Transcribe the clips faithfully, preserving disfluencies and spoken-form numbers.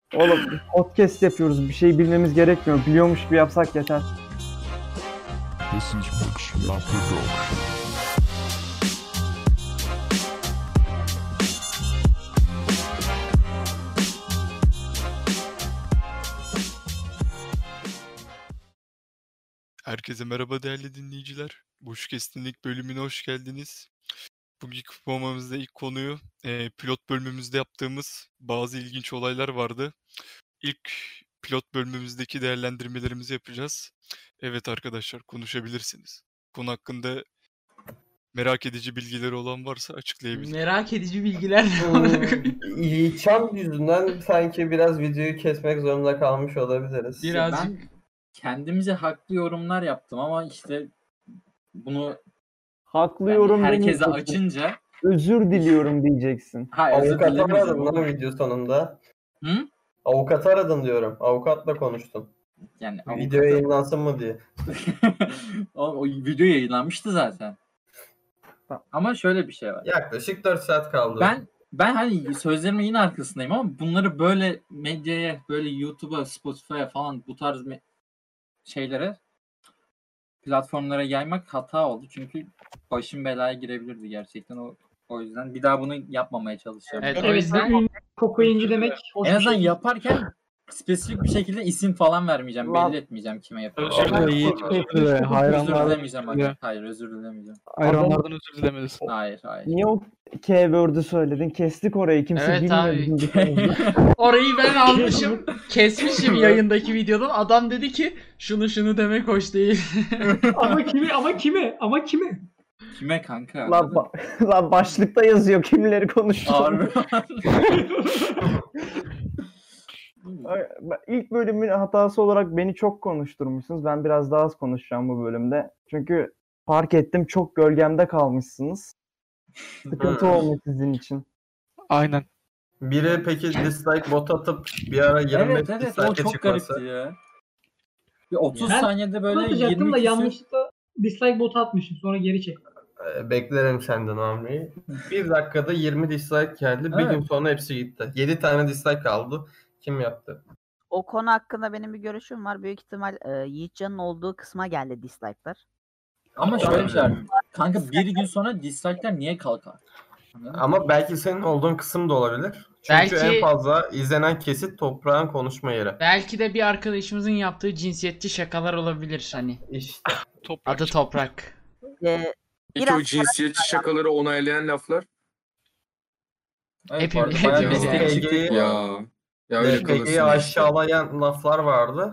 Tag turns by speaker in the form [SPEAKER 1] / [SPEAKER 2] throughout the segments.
[SPEAKER 1] Oğlum podcast yapıyoruz. Bir şey bilmemiz gerekmiyor. Biliyormuş gibi yapsak yeter.
[SPEAKER 2] This is Maxima Production.
[SPEAKER 3] Herkese merhaba değerli dinleyiciler. Boş Kestinlik bölümüne hoş geldiniz. Bugünkü programımızda ilk konuyu e, pilot bölümümüzde yaptığımız bazı ilginç olaylar vardı. İlk pilot bölümümüzdeki değerlendirmelerimizi yapacağız. Evet arkadaşlar, konuşabilirsiniz. Konu hakkında merak edici bilgileri olan varsa açıklayabilir.
[SPEAKER 4] Merak edici bilgiler ne
[SPEAKER 5] Hmm,
[SPEAKER 4] olur?
[SPEAKER 5] Yiğitcan yüzünden sanki biraz videoyu kesmek zorunda kalmış olabiliriz.
[SPEAKER 4] Birazcık.
[SPEAKER 6] Ben kendimize haklı yorumlar yaptım ama işte bunu
[SPEAKER 1] Haklı
[SPEAKER 6] yani
[SPEAKER 1] yorum
[SPEAKER 6] herkese
[SPEAKER 1] demeyeceksin.
[SPEAKER 6] açınca
[SPEAKER 1] Özür diliyorum diyeceksin.
[SPEAKER 6] ha, özür
[SPEAKER 5] Avukatı
[SPEAKER 6] dilemeyeceğim
[SPEAKER 5] aradın
[SPEAKER 6] oğlum.
[SPEAKER 5] lan video sonunda.
[SPEAKER 6] Hı?
[SPEAKER 5] Avukatı aradın diyorum. Avukatla konuştun.
[SPEAKER 6] Yani
[SPEAKER 5] Video
[SPEAKER 6] avukatı...
[SPEAKER 5] yayınlansın mı diye.
[SPEAKER 6] o, o video yayınlanmıştı zaten.
[SPEAKER 1] Tamam.
[SPEAKER 6] Ama şöyle bir şey var.
[SPEAKER 5] Yaklaşık dört saat kaldı.
[SPEAKER 6] Ben ben hani sözlerimin yine arkasındayım ama bunları böyle medyaya, böyle YouTube'a, Spotify'a falan bu tarz me- şeylere, platformlara yaymak hata oldu. Çünkü başım belaya girebilirdi gerçekten. O o yüzden bir daha bunu yapmamaya çalışacağım.
[SPEAKER 4] Evet, o
[SPEAKER 7] Evet,
[SPEAKER 4] yüzden
[SPEAKER 7] ün kokainci demek hoş
[SPEAKER 6] En
[SPEAKER 7] bir
[SPEAKER 6] azından
[SPEAKER 7] şey.
[SPEAKER 6] yaparken spesifik bir şekilde isim falan vermeyeceğim.
[SPEAKER 1] Lan-
[SPEAKER 6] Belli etmeyeceğim kime yapıyorum.
[SPEAKER 3] Özür
[SPEAKER 5] Ama-
[SPEAKER 3] dilerim.
[SPEAKER 1] Özür
[SPEAKER 6] Özür
[SPEAKER 8] Hayranlar,
[SPEAKER 6] dilemeyeceğim. Hayır, hayır özür dilemeyeceğim.
[SPEAKER 8] hayranlardan özür dilemelisin.
[SPEAKER 6] Hayır hayır.
[SPEAKER 1] Niye o K-word'ü söyledin? Kestik orayı. Kimse
[SPEAKER 4] Evet
[SPEAKER 1] bilmiyor
[SPEAKER 4] abi.
[SPEAKER 1] bizim bütünümüzü.
[SPEAKER 4] orayı ben almışım, kesmişim yayındaki videodan. Adam dedi ki şunu şunu demek hoş değil.
[SPEAKER 7] Ama kimi ama kimi ama kimi?
[SPEAKER 6] Kime kanka?
[SPEAKER 1] Lan, ba- lan başlıkta yazıyor kimleri konuştuğunu.
[SPEAKER 6] Harbi.
[SPEAKER 1] Ay, ben- İlk bölümün hatası olarak beni çok konuşturmuşsunuz. Ben biraz daha az konuşacağım bu bölümde. Çünkü fark ettim çok gölgemde kalmışsınız. Sıkıntı
[SPEAKER 5] Hmm.
[SPEAKER 1] olmuş sizin için.
[SPEAKER 8] Aynen.
[SPEAKER 5] Biri peki dislike bot atıp bir ara yirmi beş
[SPEAKER 6] evet evet o
[SPEAKER 5] dislike'e
[SPEAKER 6] çok
[SPEAKER 5] çıkması.
[SPEAKER 6] garipti ya. Bir otuz
[SPEAKER 7] Ben
[SPEAKER 6] saniyede böyle
[SPEAKER 7] Atacaktım
[SPEAKER 6] yirmi
[SPEAKER 7] da
[SPEAKER 6] küsür.
[SPEAKER 7] yanlışlıkla dislike botu atmışım. Sonra geri çektim.
[SPEAKER 5] Ee, Beklerim senden hamleyi. Bir dakikada yirmi dislike geldi. Bir
[SPEAKER 6] Evet.
[SPEAKER 5] gün sonra hepsi gitti. yedi tane dislike kaldı. Kim yaptı?
[SPEAKER 9] O konu hakkında benim bir görüşüm var. Büyük ihtimal e, Yiğitcan'ın olduğu kısma geldi dislike'lar.
[SPEAKER 6] Ama şöyle bir şey var. Kanka bir gün sonra dislike'ler niye kalkar? Anladın mı?
[SPEAKER 5] Ama belki senin olduğun kısım da olabilir. Çünkü
[SPEAKER 4] Belki-
[SPEAKER 5] en fazla izlenen kesit toprağın konuşma yeri.
[SPEAKER 4] Belki de bir arkadaşımızın yaptığı cinsiyetçi şakalar olabilir hani.
[SPEAKER 5] İşte.
[SPEAKER 8] Toprak.
[SPEAKER 4] Adı Toprak.
[SPEAKER 9] E,
[SPEAKER 10] Peki
[SPEAKER 9] Biraz
[SPEAKER 10] o cinsiyetçi şakaları onaylayan laflar?
[SPEAKER 6] Evet,
[SPEAKER 4] Hepimiz-
[SPEAKER 6] bu arada bayağı
[SPEAKER 4] hepimiz
[SPEAKER 6] destek
[SPEAKER 4] yani.
[SPEAKER 6] çıktık bu arada.
[SPEAKER 10] Ya. Ya öyle
[SPEAKER 5] D P G'yi
[SPEAKER 10] kalırsın işte.
[SPEAKER 5] aşağılayan laflar vardı.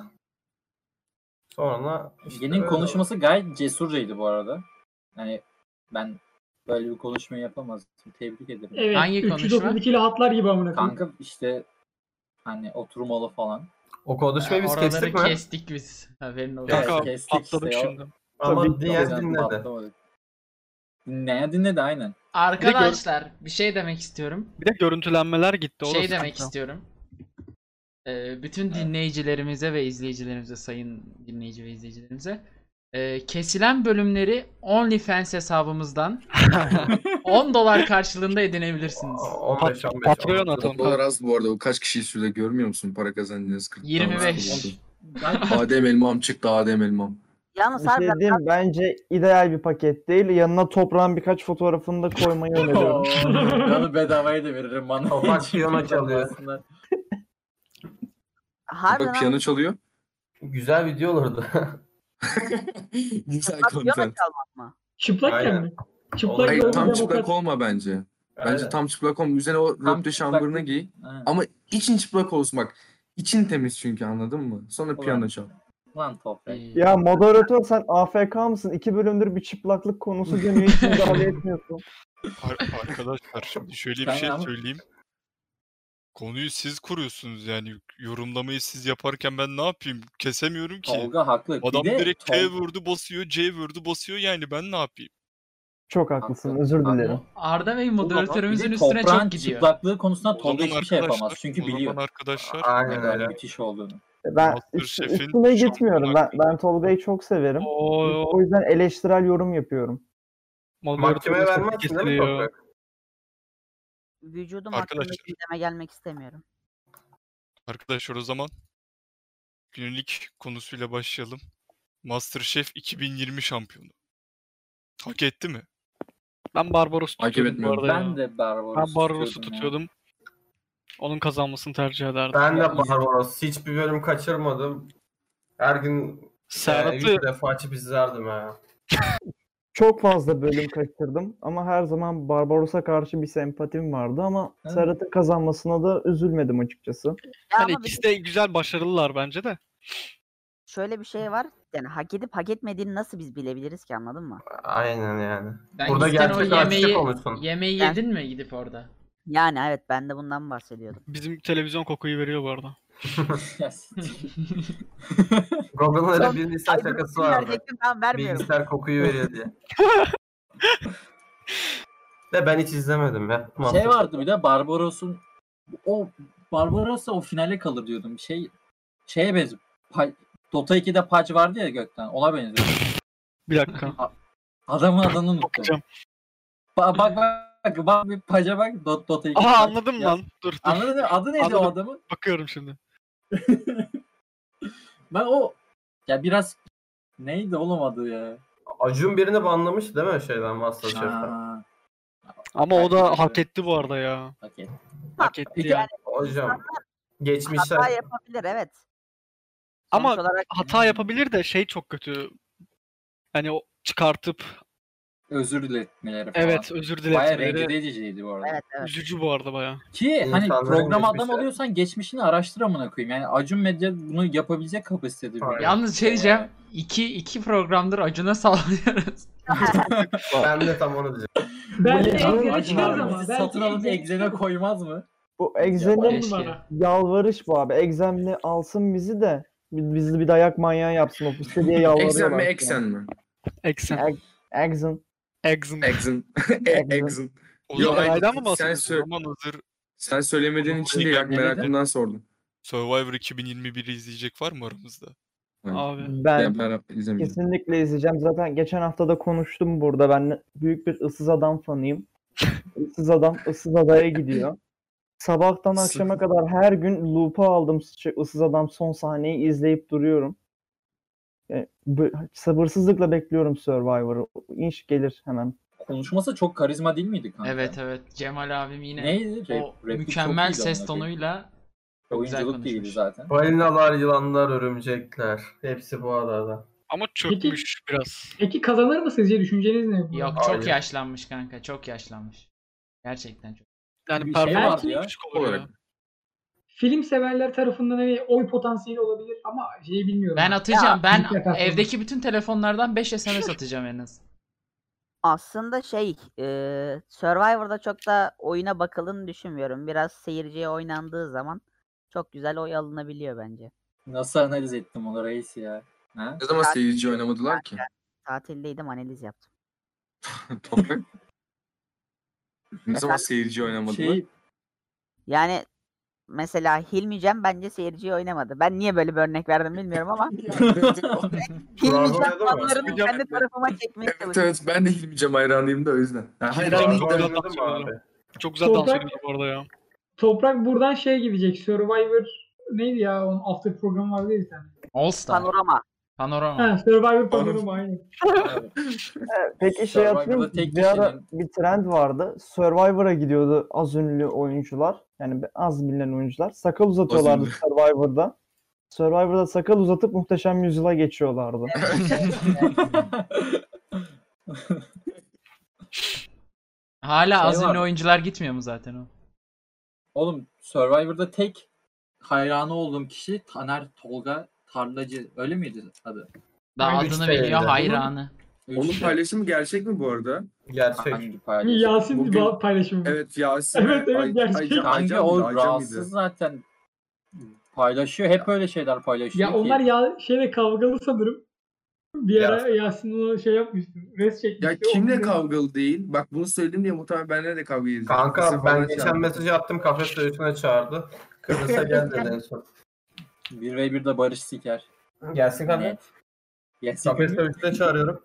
[SPEAKER 5] Sonra işte
[SPEAKER 6] Ye'nin
[SPEAKER 5] öyle
[SPEAKER 6] konuşması gayet cesurcaydı bu arada. Yani ben böyle bir konuşmayı yapamazdım. Tebrik ederim.
[SPEAKER 7] Evet.
[SPEAKER 4] Hangi
[SPEAKER 7] üç yüz
[SPEAKER 4] konuşma?
[SPEAKER 7] otuz ikili hatlar gibi amına koyayım.
[SPEAKER 6] Kanka işte hani oturmalı falan.
[SPEAKER 5] o konuşmayı biz
[SPEAKER 4] Oraları
[SPEAKER 5] kestik mi?
[SPEAKER 4] kestik biz. Haberin olsun.
[SPEAKER 6] Evet,
[SPEAKER 8] Kanka
[SPEAKER 6] kestik
[SPEAKER 8] patladık
[SPEAKER 6] işte ya.
[SPEAKER 8] şimdi.
[SPEAKER 5] Ama
[SPEAKER 1] Tabii ki.
[SPEAKER 5] diğer
[SPEAKER 6] Güzel
[SPEAKER 5] dinledi.
[SPEAKER 6] patlamadık. Dinleyen dinledi aynen.
[SPEAKER 4] Arkadaşlar bir şey demek istiyorum.
[SPEAKER 8] Bir de görüntülenmeler gitti. O da
[SPEAKER 4] Şey
[SPEAKER 8] sıkıntı.
[SPEAKER 4] demek istiyorum. Ee, bütün dinleyicilerimize ve izleyicilerimize, sayın dinleyici ve izleyicilerimize e, kesilen bölümleri OnlyFans hesabımızdan on dolar karşılığında edinebilirsiniz.
[SPEAKER 5] on beş on beş.
[SPEAKER 8] Patreon atalım.
[SPEAKER 10] O dolar az bu arada. O kaç kişiyi süre görmüyor musun? Para kazandınız. kırk
[SPEAKER 4] yirmi beş.
[SPEAKER 10] oldu. Adem elmam çıktı Adem elmam.
[SPEAKER 9] Yalnız
[SPEAKER 1] Bir şey
[SPEAKER 9] harbiden
[SPEAKER 1] diyeyim, bence ideal bir paket değil. Yanına toprağın birkaç fotoğrafını da koymayı öneriyorum.
[SPEAKER 6] Ben onu bedavaya da veririm bana.
[SPEAKER 5] Toprak piyano çalıyor.
[SPEAKER 9] harbiden
[SPEAKER 10] Bak piyano çalıyor.
[SPEAKER 5] Güzel video olurdu.
[SPEAKER 10] Güzel
[SPEAKER 9] Bak, piyano
[SPEAKER 10] content.
[SPEAKER 9] çalmak mı?
[SPEAKER 7] Çıplakken
[SPEAKER 5] Aynen.
[SPEAKER 7] mi? Çıplak
[SPEAKER 10] Hayır
[SPEAKER 7] yolda
[SPEAKER 10] tam
[SPEAKER 7] demokrat.
[SPEAKER 10] çıplak olma bence. Bence
[SPEAKER 5] Aynen.
[SPEAKER 10] tam çıplak olma. Üzerine o
[SPEAKER 6] Tam
[SPEAKER 10] röpte
[SPEAKER 6] çıplak-
[SPEAKER 10] şambırını giy. Ama için çıplak olsun bak. İçin temiz çünkü anladın mı? Sonra
[SPEAKER 6] Ulan.
[SPEAKER 10] piyano çal.
[SPEAKER 6] Lan toprak.
[SPEAKER 4] Ee,
[SPEAKER 1] Ya moderatör sen A F K mısın? İki bölümdür bir çıplaklık konusu dönüyor. Hiç müdahale etmiyorsun.
[SPEAKER 3] Ar- arkadaşlar şimdi şöyle bir
[SPEAKER 6] Ben
[SPEAKER 3] şey
[SPEAKER 6] ama-
[SPEAKER 3] söyleyeyim. Konuyu siz kuruyorsunuz yani yorumlamayı siz yaparken ben ne yapayım? Kesemiyorum ki.
[SPEAKER 6] Tolga haklı.
[SPEAKER 3] Adam
[SPEAKER 6] bir de
[SPEAKER 3] direkt T
[SPEAKER 6] Tol-
[SPEAKER 3] word'u basıyor, C word'u basıyor yani ben ne yapayım?
[SPEAKER 1] Çok haklısın.
[SPEAKER 6] Haklı.
[SPEAKER 1] Özür
[SPEAKER 6] Haklı.
[SPEAKER 1] dilerim.
[SPEAKER 4] Arda Bey
[SPEAKER 6] Bir
[SPEAKER 4] moderatörümüzün
[SPEAKER 6] de
[SPEAKER 4] üstüne
[SPEAKER 6] toprağın
[SPEAKER 4] çok gidiyor.
[SPEAKER 6] çıplaklığı konusunda
[SPEAKER 3] O
[SPEAKER 6] Tolga
[SPEAKER 3] zaman
[SPEAKER 6] hiçbir şey yapamaz.
[SPEAKER 3] arkadaşlar,
[SPEAKER 6] Çünkü
[SPEAKER 3] o
[SPEAKER 6] biliyor.
[SPEAKER 3] zaman arkadaşlar
[SPEAKER 5] Aynen
[SPEAKER 6] Ne kadar
[SPEAKER 5] öyle.
[SPEAKER 6] müthiş olduğunu.
[SPEAKER 1] Ben
[SPEAKER 3] Masterchef'in
[SPEAKER 1] üst- üstüne gitmiyorum. Ben,
[SPEAKER 3] şampiyonu
[SPEAKER 1] ben Tolga'yı çok severim.
[SPEAKER 8] Oo,
[SPEAKER 1] O yüzden eleştirel yorum yapıyorum.
[SPEAKER 5] Mahkemeye
[SPEAKER 8] moderatörü
[SPEAKER 5] vermezsin değil mi
[SPEAKER 8] kesiliyor.
[SPEAKER 5] Toprak?
[SPEAKER 9] Vücudum
[SPEAKER 3] Arkadaşlar.
[SPEAKER 9] hakkında gündeme gelmek istemiyorum.
[SPEAKER 3] Arkadaşlar o zaman günün ilk konusuyla başlayalım. MasterChef iki bin yirmi şampiyonu. Hak etti mi?
[SPEAKER 8] Ben Barbaros'u
[SPEAKER 10] Takip
[SPEAKER 8] tutuyordum bu
[SPEAKER 10] etmiyorum.
[SPEAKER 8] arada
[SPEAKER 6] Ben
[SPEAKER 8] ya.
[SPEAKER 6] de Barbaros'u
[SPEAKER 8] Ben Barbaros'u
[SPEAKER 6] tutuyordum ya.
[SPEAKER 8] tutuyordum. Onun kazanmasını tercih ederdim.
[SPEAKER 5] Ben de Barbaros. Hiçbir bölüm kaçırmadım. Her gün e,
[SPEAKER 8] Serhat'ı
[SPEAKER 5] iki defa açıp izlerdim ya.
[SPEAKER 1] Çok fazla bölüm kaçırdım ama her zaman Barbaros'a karşı bir sempatim vardı ama
[SPEAKER 6] Ha.
[SPEAKER 1] Serhat'ın kazanmasına da üzülmedim açıkçası.
[SPEAKER 9] Ya
[SPEAKER 8] hani
[SPEAKER 9] ama bir
[SPEAKER 8] ikisi de güzel başarılılar bence de.
[SPEAKER 9] şöyle bir şey var. Yani hak edip hak etmediğini nasıl biz bilebiliriz ki, anladın mı?
[SPEAKER 5] Aynen yani.
[SPEAKER 4] Ben
[SPEAKER 5] Burada
[SPEAKER 4] cidden o
[SPEAKER 5] gerçek artistlik
[SPEAKER 4] yemeği,
[SPEAKER 5] olmuşsun.
[SPEAKER 4] yemeği
[SPEAKER 9] Ben-
[SPEAKER 4] yedin mi gidip orada?
[SPEAKER 9] Yani evet, ben de bundan bahsediyordum.
[SPEAKER 8] Bizim televizyon kokuyu veriyor bu arada.
[SPEAKER 5] Google'ın öyle
[SPEAKER 9] Son-
[SPEAKER 5] bir Nisan
[SPEAKER 9] Ay, dur,
[SPEAKER 5] şakası
[SPEAKER 9] bir
[SPEAKER 5] vardı.
[SPEAKER 9] verecektim, tamam vermiyorum.
[SPEAKER 5] Bilgisayar kokuyu veriyor diye. De ben hiç izlemedim ya.
[SPEAKER 6] Şey
[SPEAKER 5] Masterchef.
[SPEAKER 6] vardı bir de Barbaros'un o Barbaros da o finale kalır diyordum. Bir şey şeye benziyor. Pa- Dota ikide Pudge vardı ya gökten. Ona benziyor.
[SPEAKER 8] Bir dakika.
[SPEAKER 6] Adamın adını unuttum.
[SPEAKER 8] Bakacağım.
[SPEAKER 6] Ba- bak bak bak bir Pudge'a bak Dot- Dota iki.
[SPEAKER 8] Aha
[SPEAKER 6] Pudge.
[SPEAKER 8] anladım
[SPEAKER 6] Ya-
[SPEAKER 8] lan. Dur dur.
[SPEAKER 6] Anladın mı? Adı neydi o
[SPEAKER 8] Anladım.
[SPEAKER 6] adamın?
[SPEAKER 8] Bakıyorum şimdi.
[SPEAKER 6] Ben o ya biraz neydi oğlum adı ya?
[SPEAKER 5] Acun birini banlamış değil mi şeyden Masterchef'ten?
[SPEAKER 6] Ha,
[SPEAKER 8] Ama o da
[SPEAKER 6] Belki
[SPEAKER 8] hak
[SPEAKER 6] de.
[SPEAKER 8] etti bu arada ya.
[SPEAKER 6] hak et.
[SPEAKER 8] Hak etti
[SPEAKER 6] Peki,
[SPEAKER 8] yani.
[SPEAKER 5] Hocam
[SPEAKER 9] Hata
[SPEAKER 5] geçmişler
[SPEAKER 9] yapabilir, evet.
[SPEAKER 8] Ama
[SPEAKER 9] Sonuç olarak
[SPEAKER 8] hata yapabilir de şey çok kötü. Hani o çıkartıp
[SPEAKER 6] Özür diletmeleri falan.
[SPEAKER 8] evet özür
[SPEAKER 6] Bayağı
[SPEAKER 8] diletmeleri
[SPEAKER 6] rencide ediciydi bu arada.
[SPEAKER 9] evet evet.
[SPEAKER 8] üzücü bu arada baya.
[SPEAKER 6] Ki hani
[SPEAKER 5] İnsanların
[SPEAKER 6] programa adam
[SPEAKER 5] geçmişte-
[SPEAKER 6] alıyorsan geçmişini araştır amına koyayım. Yani Acun Medya bunu yapabilecek kapasitede.
[SPEAKER 5] Aynen.
[SPEAKER 4] Yalnız şey diyeceğim. iki, iki programdır Acun'a sallıyoruz.
[SPEAKER 5] ben de tam onu diyeceğim.
[SPEAKER 7] Ben de
[SPEAKER 1] Acun-
[SPEAKER 7] Exen'e
[SPEAKER 1] Acun
[SPEAKER 7] çıkarız
[SPEAKER 1] abi
[SPEAKER 7] ama.
[SPEAKER 6] Bizi
[SPEAKER 7] Belki
[SPEAKER 6] satın alıp
[SPEAKER 7] Exen'e
[SPEAKER 6] Exen'e koymaz mı?
[SPEAKER 1] Bu
[SPEAKER 7] on
[SPEAKER 1] Exen'in
[SPEAKER 4] Keşke.
[SPEAKER 7] numara.
[SPEAKER 1] yalvarış bu abi. Exen'li alsın bizi de bi- bizi bir dayak manyağı yapsın ofiste diye yalvarıyorlar.
[SPEAKER 10] Eksen mi eksen mi?
[SPEAKER 8] Eksen.
[SPEAKER 1] Exen.
[SPEAKER 8] Exen.
[SPEAKER 10] Exen.
[SPEAKER 1] Exen.
[SPEAKER 10] Exen.
[SPEAKER 3] O
[SPEAKER 10] Yo,
[SPEAKER 3] zaman
[SPEAKER 10] hayır,
[SPEAKER 8] Aydan mı
[SPEAKER 10] sen
[SPEAKER 8] bahsediyorsun?
[SPEAKER 10] sö-
[SPEAKER 3] zaman hazır
[SPEAKER 10] Sen söylemediğin için de yak
[SPEAKER 6] Ne dedi?
[SPEAKER 10] merakımdan sordum.
[SPEAKER 3] Survivor iki bin yirmi bir'i izleyecek var mı aramızda?
[SPEAKER 8] Abi.
[SPEAKER 1] Ben
[SPEAKER 10] Ben, ben izlemeyeceğim.
[SPEAKER 1] kesinlikle izleyeceğim. Zaten geçen hafta da konuştum burada. Ben büyük bir ıssız adam fanıyım. Issız adam ıssız adaya gidiyor. Sabahtan
[SPEAKER 10] Isız-
[SPEAKER 1] akşama kadar her gün loop'a aldım şey, ıssız adam son sahneyi izleyip duruyorum. Yani, bu- sabırsızlıkla bekliyorum Survivor'ı. İnş gelir hemen.
[SPEAKER 6] Konuşması çok karizma değil miydi kanka?
[SPEAKER 4] Evet evet. Cemal abim yine
[SPEAKER 6] Neydi? Rap-
[SPEAKER 4] o
[SPEAKER 6] replik çok
[SPEAKER 4] mükemmel
[SPEAKER 6] iyiydi
[SPEAKER 4] ses
[SPEAKER 6] amına koyayım.
[SPEAKER 4] tonuyla çok güzel
[SPEAKER 6] Oyunculuk değildi
[SPEAKER 4] konuşmuş.
[SPEAKER 6] zaten.
[SPEAKER 5] Balinalar, yılanlar, örümcekler. Hepsi bu adada.
[SPEAKER 8] Ama çökmüş biraz.
[SPEAKER 7] Peki kazanır mı sizce? Düşünceniz ne? bu?
[SPEAKER 4] Yok
[SPEAKER 5] Hayır.
[SPEAKER 4] çok yaşlanmış kanka. Çok yaşlanmış. Gerçekten çok.
[SPEAKER 8] Yani
[SPEAKER 6] Bir şey
[SPEAKER 8] performans
[SPEAKER 6] vardı ya.
[SPEAKER 8] küçük oluyor.
[SPEAKER 10] Olarak.
[SPEAKER 7] Film severler tarafından hani oy potansiyeli olabilir ama şeyi bilmiyorum.
[SPEAKER 4] Ben atacağım. Ben
[SPEAKER 7] büyük yatak
[SPEAKER 4] evdeki bütün telefonlardan beş S M S atacağım en az.
[SPEAKER 9] Aslında şey, e, Survivor'da çok da oyuna bakıldığını düşünmüyorum. Biraz seyirciye oynandığı zaman çok güzel oy alınabiliyor bence.
[SPEAKER 6] Nasıl analiz ettim onu reis ya? Ha?
[SPEAKER 10] Ne zaman seyirci oynamadılar ki?
[SPEAKER 9] Tatildeydim, analiz yaptım.
[SPEAKER 10] Toprak. Ne zaman seyirci oynamadılar?
[SPEAKER 6] Şey,
[SPEAKER 9] Yani mesela Hilmi Cem bence seyirciye oynamadı. Ben niye böyle bir örnek verdim bilmiyorum ama Hilmi Cem
[SPEAKER 5] oynadı mı?
[SPEAKER 9] fanlarını
[SPEAKER 8] Hocam,
[SPEAKER 9] kendi tarafıma çekmeye
[SPEAKER 10] Evet
[SPEAKER 9] çalışıyor.
[SPEAKER 10] evet ben de Hilmi Cem hayranıyım da o yüzden. Ha, hayır,
[SPEAKER 8] Ben
[SPEAKER 10] hayır,
[SPEAKER 8] çok
[SPEAKER 10] hayır.
[SPEAKER 8] güzel dans ediyorlar. Çok güzel dans
[SPEAKER 7] Toprak-
[SPEAKER 8] ediyorlar bu arada ya.
[SPEAKER 7] Toprak buradan şey gidecek. Survivor neydi ya? Onun after programı vardı ya bir tane.
[SPEAKER 4] All Star.
[SPEAKER 9] Panorama.
[SPEAKER 4] Panorama.
[SPEAKER 7] Ha, Survivor panorama aynen.
[SPEAKER 1] Peki şey
[SPEAKER 6] Survivor'da
[SPEAKER 1] hatırlıyor musun?
[SPEAKER 6] tek
[SPEAKER 1] Bir ara
[SPEAKER 6] kişinin-
[SPEAKER 1] bir trend vardı. Survivor'a gidiyordu az ünlü oyuncular. Yani az bilinen oyuncular. Sakal uzatıyorlardı
[SPEAKER 10] ünlü.
[SPEAKER 1] Survivor'da. Survivor'da sakal uzatıp Muhteşem Yüzyıl'a geçiyorlardı.
[SPEAKER 4] Hala
[SPEAKER 6] Şey
[SPEAKER 4] az ünlü
[SPEAKER 6] var.
[SPEAKER 4] oyuncular gitmiyor mu zaten o?
[SPEAKER 6] Oğlum Survivor'da tek hayranı olduğum kişi Taner Tolga Tarlacı. Öyle miydi adı?
[SPEAKER 4] Daha
[SPEAKER 5] Hangi
[SPEAKER 4] adını
[SPEAKER 5] siteydi?
[SPEAKER 4] biliyor
[SPEAKER 5] Değil
[SPEAKER 4] hayranı.
[SPEAKER 10] Onun
[SPEAKER 6] Üç-
[SPEAKER 10] paylaşımı gerçek mi bu arada?
[SPEAKER 5] Gerçek.
[SPEAKER 6] Hangi paylaşım?
[SPEAKER 7] Yasin
[SPEAKER 10] Bugün-
[SPEAKER 7] bir paylaşımı.
[SPEAKER 10] Evet Yasin.
[SPEAKER 7] Evet, evet,
[SPEAKER 10] Ay-
[SPEAKER 7] gerçek.
[SPEAKER 10] Aycan-
[SPEAKER 6] Kanka
[SPEAKER 10] Aycan
[SPEAKER 6] o
[SPEAKER 10] mıydı, Aycan
[SPEAKER 6] rahatsız
[SPEAKER 10] mıydı?
[SPEAKER 6] zaten. Paylaşıyor. Hep öyle şeyler paylaşıyor
[SPEAKER 7] Ya
[SPEAKER 6] ki.
[SPEAKER 7] onlar ya şeyle kavgalı sanırım. Bir ara Yasin ona şey yapmıştı. Res çekmişti.
[SPEAKER 10] Ya kimle
[SPEAKER 7] Onu-
[SPEAKER 10] kavgalı değil? Bak bunu söyledim diye muhtemelen benimle de kavga edecek. Kısa
[SPEAKER 5] Kanka
[SPEAKER 10] falan
[SPEAKER 5] ben geçen
[SPEAKER 10] çağırdı.
[SPEAKER 5] mesajı attım kafe dövüşüne çağırdı. Kıbrıs'a gel dedi en son.
[SPEAKER 6] bir ve birde Barış Siker.
[SPEAKER 5] Gelsin kanka.
[SPEAKER 6] Net. Yasin
[SPEAKER 5] Kafe dövüşüne çağırıyorum.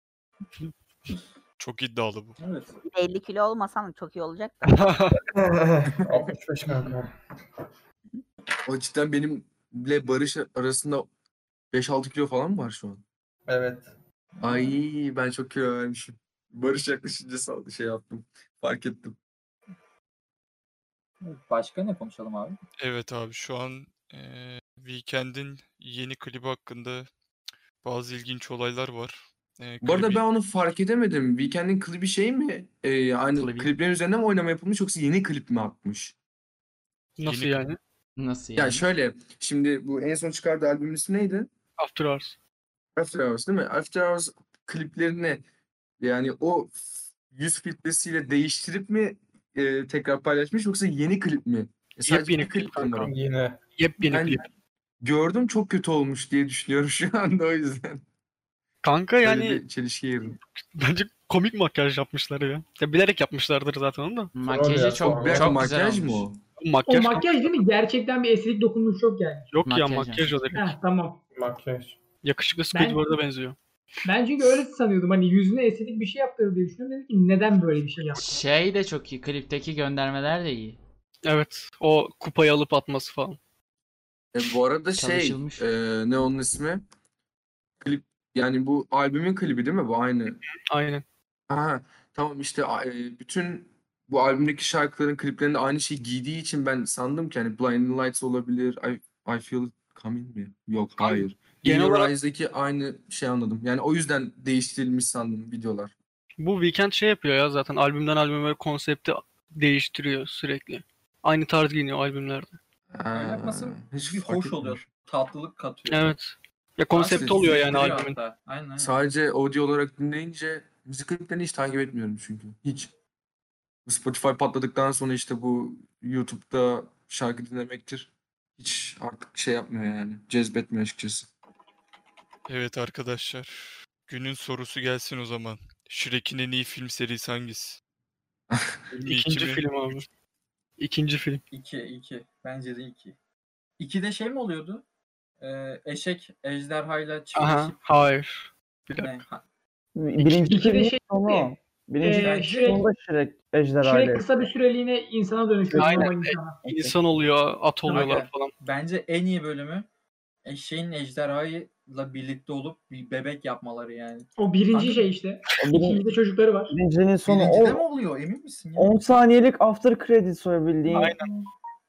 [SPEAKER 3] Çok iddialı bu.
[SPEAKER 6] Evet.
[SPEAKER 9] elli kilo olmasam çok iyi olacak da.
[SPEAKER 5] altmış beş kanka.
[SPEAKER 10] O cidden benimle Barış arasında beş altı kilo falan mı var şu an?
[SPEAKER 5] Evet.
[SPEAKER 10] Ay ben çok kilo vermişim. Barış yaklaşınca sal- şey yaptım. Fark ettim.
[SPEAKER 6] Başka ne konuşalım abi?
[SPEAKER 3] Evet abi şu an eee Weekend'in yeni klibi hakkında bazı ilginç olaylar var. Eee
[SPEAKER 10] Bu arada
[SPEAKER 3] klibi
[SPEAKER 10] ben onu fark edemedim. Weekend'in klibi şey mi? Ee, yani
[SPEAKER 4] Klibi.
[SPEAKER 10] kliplerin üzerinden mi oynama yapılmış yoksa yeni klip mi atmış?
[SPEAKER 8] Nasıl
[SPEAKER 3] yeni
[SPEAKER 8] yani?
[SPEAKER 4] Nasıl
[SPEAKER 10] Ya
[SPEAKER 4] yani?
[SPEAKER 10] şöyle şimdi bu en son çıkardığı albümün ismi neydi?
[SPEAKER 8] After Hours.
[SPEAKER 10] After Hours değil mi? After Hours kliplerini yani o yüz filtresiyle değiştirip mi e, tekrar paylaşmış yoksa yeni klip mi? E, sadece
[SPEAKER 8] Yepyeni
[SPEAKER 10] bir klip
[SPEAKER 8] klip
[SPEAKER 10] mi var?
[SPEAKER 8] kanka.
[SPEAKER 5] Yine.
[SPEAKER 8] Yepyeni
[SPEAKER 10] Ben
[SPEAKER 8] klip.
[SPEAKER 10] gördüm çok kötü olmuş diye düşünüyorum şu anda o yüzden.
[SPEAKER 8] Kanka
[SPEAKER 10] Böyle
[SPEAKER 8] yani
[SPEAKER 10] bir çelişkiye girdim.
[SPEAKER 8] bence komik makyaj yapmışlar ya. Ya bilerek yapmışlardır zaten onu da.
[SPEAKER 4] Makyajı
[SPEAKER 5] ya,
[SPEAKER 4] çok
[SPEAKER 10] Bir dakika
[SPEAKER 4] çok güzel
[SPEAKER 10] makyaj
[SPEAKER 4] olmuş.
[SPEAKER 10] mı o?
[SPEAKER 7] O
[SPEAKER 8] Makyaj,
[SPEAKER 7] makyaj değil mi? Gerçekten bir estetik dokunuş yok yani.
[SPEAKER 8] yok ya
[SPEAKER 4] Makyaj
[SPEAKER 8] makyaj o
[SPEAKER 4] yapmış.
[SPEAKER 8] direkt.
[SPEAKER 7] Heh, tamam.
[SPEAKER 5] Makyaj.
[SPEAKER 8] Yakışıklı Squidward'a benziyor.
[SPEAKER 7] Ben çünkü öyle sanıyordum. Hani yüzüne estetik bir şey yaptırır diye düşünüyorum. Dedim ki neden böyle bir şey yaptı?
[SPEAKER 4] Şey de çok iyi. Klipteki göndermeler de iyi.
[SPEAKER 8] Evet. O kupayı alıp atması falan.
[SPEAKER 10] E, bu arada şey
[SPEAKER 4] Çalışılmış.
[SPEAKER 10] e, ne onun ismi? Klip yani bu albümün klibi değil mi? Bu aynı.
[SPEAKER 8] Aynen.
[SPEAKER 10] Aha, tamam işte a- e, bütün bu albümdeki şarkıların kliplerinde aynı şeyi giydiği için ben sandım ki hani Blinding Lights olabilir. I, I Feel It Coming mi? Yok
[SPEAKER 8] Kanka,
[SPEAKER 10] hayır. In
[SPEAKER 8] genel
[SPEAKER 10] Your
[SPEAKER 8] olarak-
[SPEAKER 10] Eyes'daki aynı şey anladım. Yani o yüzden değiştirilmiş sandım videolar.
[SPEAKER 8] Bu Weekend şey yapıyor ya zaten albümden albüme konsepti değiştiriyor sürekli. Aynı tarz giyiniyor albümlerde.
[SPEAKER 6] Öyle yapması
[SPEAKER 10] Aa, hiç
[SPEAKER 6] bir
[SPEAKER 10] fark
[SPEAKER 6] hoş oluyor.
[SPEAKER 10] etmemişim.
[SPEAKER 6] Tatlılık katıyor.
[SPEAKER 8] Evet. Ya konsept
[SPEAKER 10] işte
[SPEAKER 8] oluyor yani
[SPEAKER 6] Sevdiriyor
[SPEAKER 8] albümün.
[SPEAKER 6] hatta. Aynen aynen.
[SPEAKER 10] Sadece audio olarak dinleyince müzik kliplerini hiç takip etmiyorum çünkü. Hiç. Spotify patladıktan sonra işte bu YouTube'da şarkı dinlemektir. Hiç artık şey yapmıyor yani. Cezbetmiyor açıkçası.
[SPEAKER 3] Evet arkadaşlar. Günün sorusu gelsin o zaman. Shrek'in en iyi film serisi hangisi? Filmi iki
[SPEAKER 8] İkinci
[SPEAKER 3] mi?
[SPEAKER 8] film abi. İkinci film.
[SPEAKER 6] İki, iki. Bence de iki. İkide şey mi oluyordu? Ee, eşek ejderhayla
[SPEAKER 8] Aha.
[SPEAKER 6] çiftleşip
[SPEAKER 8] Hayır. Bir dakika.
[SPEAKER 6] ne? Ha,
[SPEAKER 1] Birinci
[SPEAKER 7] İki de
[SPEAKER 1] filmin
[SPEAKER 7] şey
[SPEAKER 1] sonu.
[SPEAKER 7] değil.
[SPEAKER 1] Birinci
[SPEAKER 7] Ee,
[SPEAKER 1] filmin
[SPEAKER 7] Shrek-
[SPEAKER 1] sonunda Shrek ejderhayla.
[SPEAKER 7] Shrek kısa bir süreliğine insana dönüşüyor.
[SPEAKER 8] Aynen.
[SPEAKER 7] Normal insana.
[SPEAKER 8] İnsan oluyor, at oluyorlar
[SPEAKER 6] Aga,
[SPEAKER 8] falan.
[SPEAKER 6] bence en iyi bölümü eşeğin ejderhayla birlikte olup bir bebek yapmaları yani.
[SPEAKER 7] O birinci
[SPEAKER 6] Kanka,
[SPEAKER 7] şey işte.
[SPEAKER 1] O birinci,
[SPEAKER 7] İkincide çocukları var.
[SPEAKER 1] birincinin sonu
[SPEAKER 6] Birincide mi
[SPEAKER 1] o
[SPEAKER 6] oluyor? Emin misin ya?
[SPEAKER 1] on saniyelik after credits o bildiğin.
[SPEAKER 8] Aynen.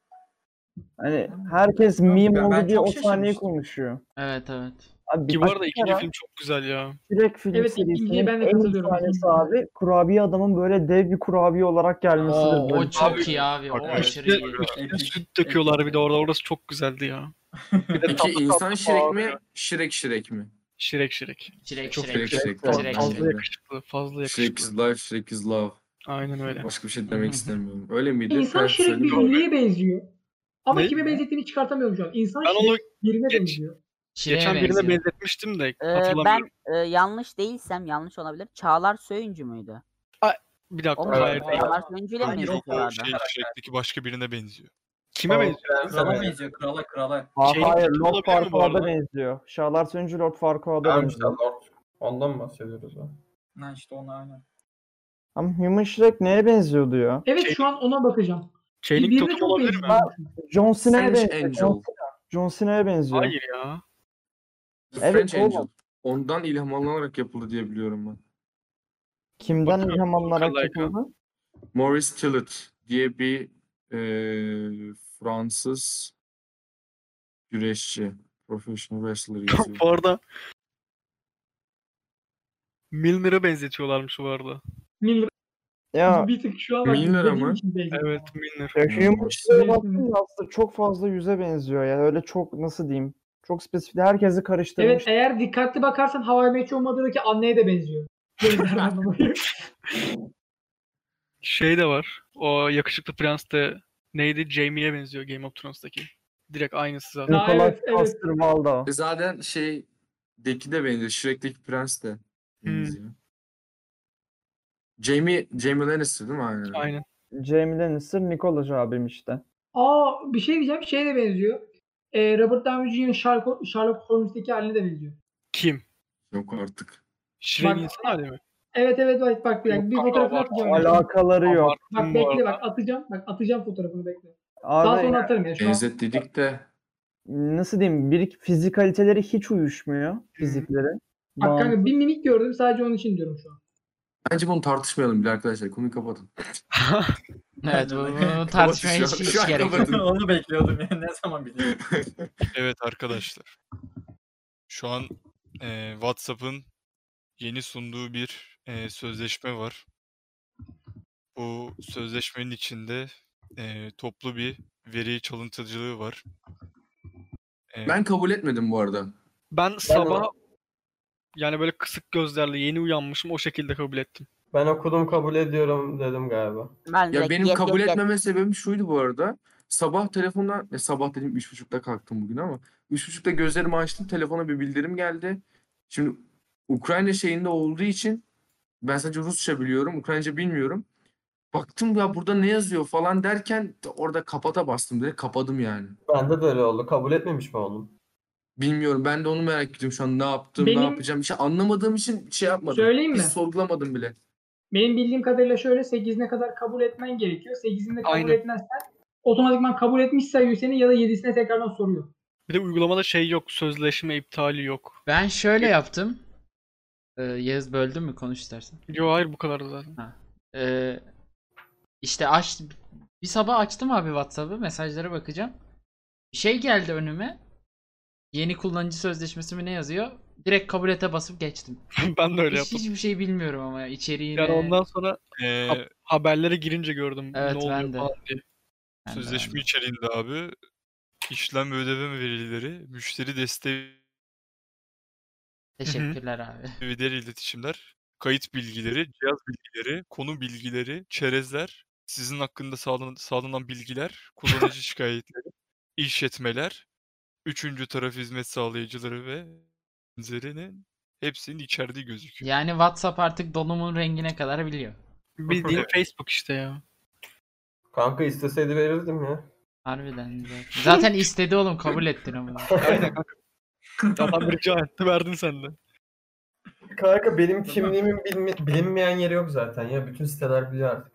[SPEAKER 1] Hani herkes
[SPEAKER 6] Ben-
[SPEAKER 1] meme
[SPEAKER 6] ben
[SPEAKER 1] oldu diye
[SPEAKER 6] çok
[SPEAKER 1] o saniyeyi
[SPEAKER 6] şaşırmıştım.
[SPEAKER 1] konuşuyor.
[SPEAKER 4] Evet evet.
[SPEAKER 1] Abi
[SPEAKER 8] Ki bu arada
[SPEAKER 1] açık
[SPEAKER 8] ikinci
[SPEAKER 1] ara
[SPEAKER 8] film çok güzel ya.
[SPEAKER 1] Shrek film
[SPEAKER 7] Evet, ikinciye
[SPEAKER 1] serisinin
[SPEAKER 7] ben de
[SPEAKER 1] en iyi
[SPEAKER 7] katılıyorum.
[SPEAKER 1] sahnesi
[SPEAKER 7] İkinci-
[SPEAKER 1] abi kurabiye adamın böyle dev bir kurabiye olarak gelmesidir.
[SPEAKER 4] Oo,
[SPEAKER 1] böyle.
[SPEAKER 4] o çok
[SPEAKER 8] Abi,
[SPEAKER 4] iyi abi. O
[SPEAKER 3] evet.
[SPEAKER 4] aşırı iyi.
[SPEAKER 8] Üstüne
[SPEAKER 6] Epik,
[SPEAKER 8] süt döküyorlar
[SPEAKER 6] epik.
[SPEAKER 8] bir de orada. Orası çok güzeldi ya. Bir de
[SPEAKER 10] Peki
[SPEAKER 8] tatlı
[SPEAKER 10] insan
[SPEAKER 8] tatlı
[SPEAKER 10] Shrek mi?
[SPEAKER 8] bağırıyor.
[SPEAKER 10] Shrek Shrek mi?
[SPEAKER 8] Şirek şirek.
[SPEAKER 4] Çilek
[SPEAKER 8] Çok
[SPEAKER 4] çilek.
[SPEAKER 10] Shrek Shrek.
[SPEAKER 1] Shrek,
[SPEAKER 10] Tamam,
[SPEAKER 4] Shrek,
[SPEAKER 10] bence
[SPEAKER 8] Fazla
[SPEAKER 10] de.
[SPEAKER 8] yakışıklı. Fazla
[SPEAKER 10] Shrek is
[SPEAKER 8] yakışıklı.
[SPEAKER 10] life, Shrek is love.
[SPEAKER 8] Aynen öyle.
[SPEAKER 10] Başka bir şey demek istemiyorum. Öyle miydi?
[SPEAKER 7] İnsan
[SPEAKER 10] Sen
[SPEAKER 7] Shrek
[SPEAKER 10] söyle.
[SPEAKER 7] bir ünlüye benziyor. Ama
[SPEAKER 8] Ne?
[SPEAKER 7] kime benzettiğini çıkartamıyorum şu an. İnsan
[SPEAKER 8] Ben onu
[SPEAKER 7] Shrek birine
[SPEAKER 8] geç-
[SPEAKER 7] benziyor.
[SPEAKER 4] Çileğe
[SPEAKER 8] Geçen birine
[SPEAKER 4] benziyor.
[SPEAKER 8] benzetmiştim de
[SPEAKER 9] Ee,
[SPEAKER 8] hatırlamıyorum.
[SPEAKER 9] ben e, yanlış değilsem yanlış olabilir. Çağlar Söyüncü müydü?
[SPEAKER 8] Bir dakika.
[SPEAKER 9] O mu?
[SPEAKER 8] Hayır
[SPEAKER 6] Evet.
[SPEAKER 8] değil.
[SPEAKER 9] Çağlar Söyüncü'yle mi
[SPEAKER 6] Hayır, o- o
[SPEAKER 9] benziyorlardı?
[SPEAKER 3] Şey, Shrek'teki başka birine benziyor.
[SPEAKER 8] Kime
[SPEAKER 5] Tamam.
[SPEAKER 8] benziyor?
[SPEAKER 6] Krala
[SPEAKER 5] Evet.
[SPEAKER 6] benziyor. Krala krala.
[SPEAKER 1] Ha,
[SPEAKER 8] Şeyin
[SPEAKER 1] hayır
[SPEAKER 8] tipi
[SPEAKER 1] Lord
[SPEAKER 8] olabilir mi bu
[SPEAKER 1] Farquaad'a
[SPEAKER 8] arada?
[SPEAKER 1] benziyor. Şahlar Söyüncü Lord Farquaad'a
[SPEAKER 5] Tamam işte
[SPEAKER 1] benziyor.
[SPEAKER 5] Lord. Ondan mı bahsediyoruz o?
[SPEAKER 6] Ha işte ona aynen.
[SPEAKER 1] Ama Human Shrek neye benziyordu ya?
[SPEAKER 7] Evet
[SPEAKER 8] Şey-
[SPEAKER 7] şu an ona bakacağım.
[SPEAKER 8] Channing
[SPEAKER 7] Birine
[SPEAKER 8] Tatum
[SPEAKER 7] çok
[SPEAKER 8] olabilir mi?
[SPEAKER 7] benziyor.
[SPEAKER 1] John Cena'ya
[SPEAKER 10] French
[SPEAKER 1] benziyor.
[SPEAKER 10] Angel.
[SPEAKER 1] John Cena. John Cena'ya benziyor.
[SPEAKER 8] Hayır ya.
[SPEAKER 10] The
[SPEAKER 1] Evet,
[SPEAKER 10] French
[SPEAKER 1] oğlum.
[SPEAKER 10] Angel. Ondan ilham alınarak yapıldı diye biliyorum ben.
[SPEAKER 1] Kimden
[SPEAKER 8] Bakalım,
[SPEAKER 1] ilham alınarak
[SPEAKER 8] lookalike'a.
[SPEAKER 1] yapıldı?
[SPEAKER 10] Maurice Tillet diye bir eee, Fransız güreşçi. Professional wrestler yazıyor.
[SPEAKER 8] Bu arada Milner'a benzetiyorlarmış bu arada.
[SPEAKER 7] Miller
[SPEAKER 1] Ya
[SPEAKER 7] bir tık şu an bak
[SPEAKER 10] Miller
[SPEAKER 7] dediğim
[SPEAKER 10] ama.
[SPEAKER 7] için benziyor.
[SPEAKER 8] Evet Milner.
[SPEAKER 1] Ya Human
[SPEAKER 10] İnanılmaz.
[SPEAKER 1] Shrek'e
[SPEAKER 7] Evet,
[SPEAKER 1] baktığımda aslında çok fazla yüze benziyor ya. Öyle çok nasıl diyeyim? Çok spesifik. Herkesi karıştırmış.
[SPEAKER 7] Evet eğer dikkatli bakarsan How I Met Your Mother'daki anneye de benziyor. Gözlerden dolayı.
[SPEAKER 8] Şey de var. O yakışıklı prens de neydi? Jamie'ye benziyor Game of Thrones'taki. Direkt aynısı zaten.
[SPEAKER 7] Ha,
[SPEAKER 1] Nicholas
[SPEAKER 7] evet, evet.
[SPEAKER 1] Coster-Waldau.
[SPEAKER 10] E zaten şey Deki de benziyor. Shrek'teki prens de benziyor. Jamie, Jamie Lannister değil mi? Aynen.
[SPEAKER 8] Aynen.
[SPEAKER 1] Jaime Lannister, Nicholas abim işte.
[SPEAKER 7] Aa bir şey diyeceğim. Şeye de benziyor. Ee, Robert Downey Junior'ın Sherlock, Sherlock Holmes'teki haline de benziyor.
[SPEAKER 8] Kim?
[SPEAKER 10] Yok artık.
[SPEAKER 8] Shrek'in
[SPEAKER 7] Bak-
[SPEAKER 8] insan hali mi?
[SPEAKER 7] Evet evet bak bak bir, dakika, bir
[SPEAKER 8] Yok,
[SPEAKER 7] fotoğrafını
[SPEAKER 8] var-
[SPEAKER 7] atacağım.
[SPEAKER 1] Alakaları yok.
[SPEAKER 7] Bak
[SPEAKER 8] bu
[SPEAKER 7] bekle
[SPEAKER 8] arada.
[SPEAKER 7] bak atacağım. Bak atacağım fotoğrafını bekle.
[SPEAKER 1] Abi
[SPEAKER 7] Daha sonra
[SPEAKER 1] ya-
[SPEAKER 7] atarım ya şu an.
[SPEAKER 10] Benzetledik de
[SPEAKER 1] nasıl diyeyim, bir fizikaliteleri hiç uyuşmuyor, fizikleri.
[SPEAKER 7] Bak
[SPEAKER 1] Bağımsız.
[SPEAKER 7] kanka bir mimik gördüm sadece onun için diyorum şu an.
[SPEAKER 10] bence bunu tartışmayalım bile arkadaşlar. Konuyu kapatın.
[SPEAKER 4] Evet, bu,
[SPEAKER 6] Bence de.
[SPEAKER 4] bunu
[SPEAKER 10] Kapatın
[SPEAKER 4] tartışmaya
[SPEAKER 10] şu
[SPEAKER 4] hiç,
[SPEAKER 10] an.
[SPEAKER 4] hiç
[SPEAKER 10] Şu an
[SPEAKER 4] gerek yok.
[SPEAKER 10] kapatın.
[SPEAKER 6] Onu bekliyordum ya. Ne zaman biliyorum.
[SPEAKER 3] Evet arkadaşlar. Şu an eee, WhatsApp'ın yeni sunduğu bir eee, sözleşme var. Bu sözleşmenin içinde eee, toplu bir veri çalıntıcılığı var. Eee,
[SPEAKER 10] Ben kabul etmedim bu arada.
[SPEAKER 8] Ben sabah yani böyle kısık gözlerle yeni uyanmışım o şekilde kabul ettim.
[SPEAKER 5] Ben okudum kabul ediyorum dedim galiba.
[SPEAKER 9] Ben
[SPEAKER 10] Ya
[SPEAKER 9] direkt
[SPEAKER 10] benim
[SPEAKER 9] yes,
[SPEAKER 10] kabul
[SPEAKER 9] yes, yes.
[SPEAKER 10] etmeme sebebim şuydu bu arada. Sabah telefondan, e, sabah dedim üç buçukta kalktım bugün ama üç buçukta gözlerimi açtım, telefona bir bildirim geldi. Şimdi Ukrayna şeyinde olduğu için ben sadece Rusça biliyorum, Ukraynaca bilmiyorum. Baktım ya burada ne yazıyor falan derken orada kapata bastım, direkt kapadım yani.
[SPEAKER 5] Bende de öyle oldu. Kabul etmemiş mi oğlum?
[SPEAKER 10] Bilmiyorum, ben de onu merak ediyorum şu an, ne yaptım, ne
[SPEAKER 7] Benim-
[SPEAKER 10] yapacağım. Bir şey anlamadığım için şey yapmadım.
[SPEAKER 7] Söyleyeyim
[SPEAKER 10] Hiç
[SPEAKER 7] mi?
[SPEAKER 10] sorgulamadım bile.
[SPEAKER 7] Benim bildiğim kadarıyla şöyle sekizine kadar kabul etmen gerekiyor. sekizinde kabul
[SPEAKER 8] Aynen.
[SPEAKER 7] etmezsen otomatikman kabul etmiş sayıyor seni ya da yedisine tekrardan soruyor.
[SPEAKER 8] Bir de uygulamada şey yok, sözleşme iptali yok.
[SPEAKER 4] Ben şöyle yaptım. Ee, Yağız böldün mü? Konuş istersen.
[SPEAKER 8] Yo hayır bu kadardı zaten.
[SPEAKER 4] Ha. Ee, işte aç bir sabah açtım abi WhatsApp'ı, mesajlara bakacağım. Bir şey geldi önüme. Yeni kullanıcı sözleşmesi mi ne yazıyor? Direkt kabul ete basıp geçtim.
[SPEAKER 8] Ben de öyle
[SPEAKER 4] Hiç,
[SPEAKER 8] yaptım.
[SPEAKER 4] hiçbir şey bilmiyorum ama içeriğine.
[SPEAKER 8] Yani ondan sonra
[SPEAKER 3] eee,
[SPEAKER 8] ha- haberlere girince gördüm
[SPEAKER 4] Evet,
[SPEAKER 8] ne oluyor
[SPEAKER 4] ben de.
[SPEAKER 8] falan diye.
[SPEAKER 4] Ben de,
[SPEAKER 3] sözleşme
[SPEAKER 4] ben de.
[SPEAKER 3] içeriğinde abi işlem ve ödeme verileri, müşteri desteği
[SPEAKER 4] Teşekkürler abi.
[SPEAKER 3] ve diğer iletişimler, kayıt bilgileri, cihaz bilgileri, konu bilgileri, çerezler, sizin hakkında sağlanan, sağlanan bilgiler, kullanıcı şikayetleri, işletmeler, üçüncü taraf hizmet sağlayıcıları ve benzerinin hepsinin içerdiği gözüküyor.
[SPEAKER 4] Yani WhatsApp artık donumun rengine kadar biliyor.
[SPEAKER 8] Bildiğin Facebook işte ya.
[SPEAKER 5] Kanka isteseydi verirdim ya.
[SPEAKER 4] Harbiden zaten. Zaten istedi oğlum, kabul ettin ama.
[SPEAKER 8] Aynen kanka. Adam bir rica etti verdin sen de.
[SPEAKER 5] Kanka benim kimliğimin bilmi- bilinmeyen yeri yok zaten ya. Bütün siteler biliyor artık.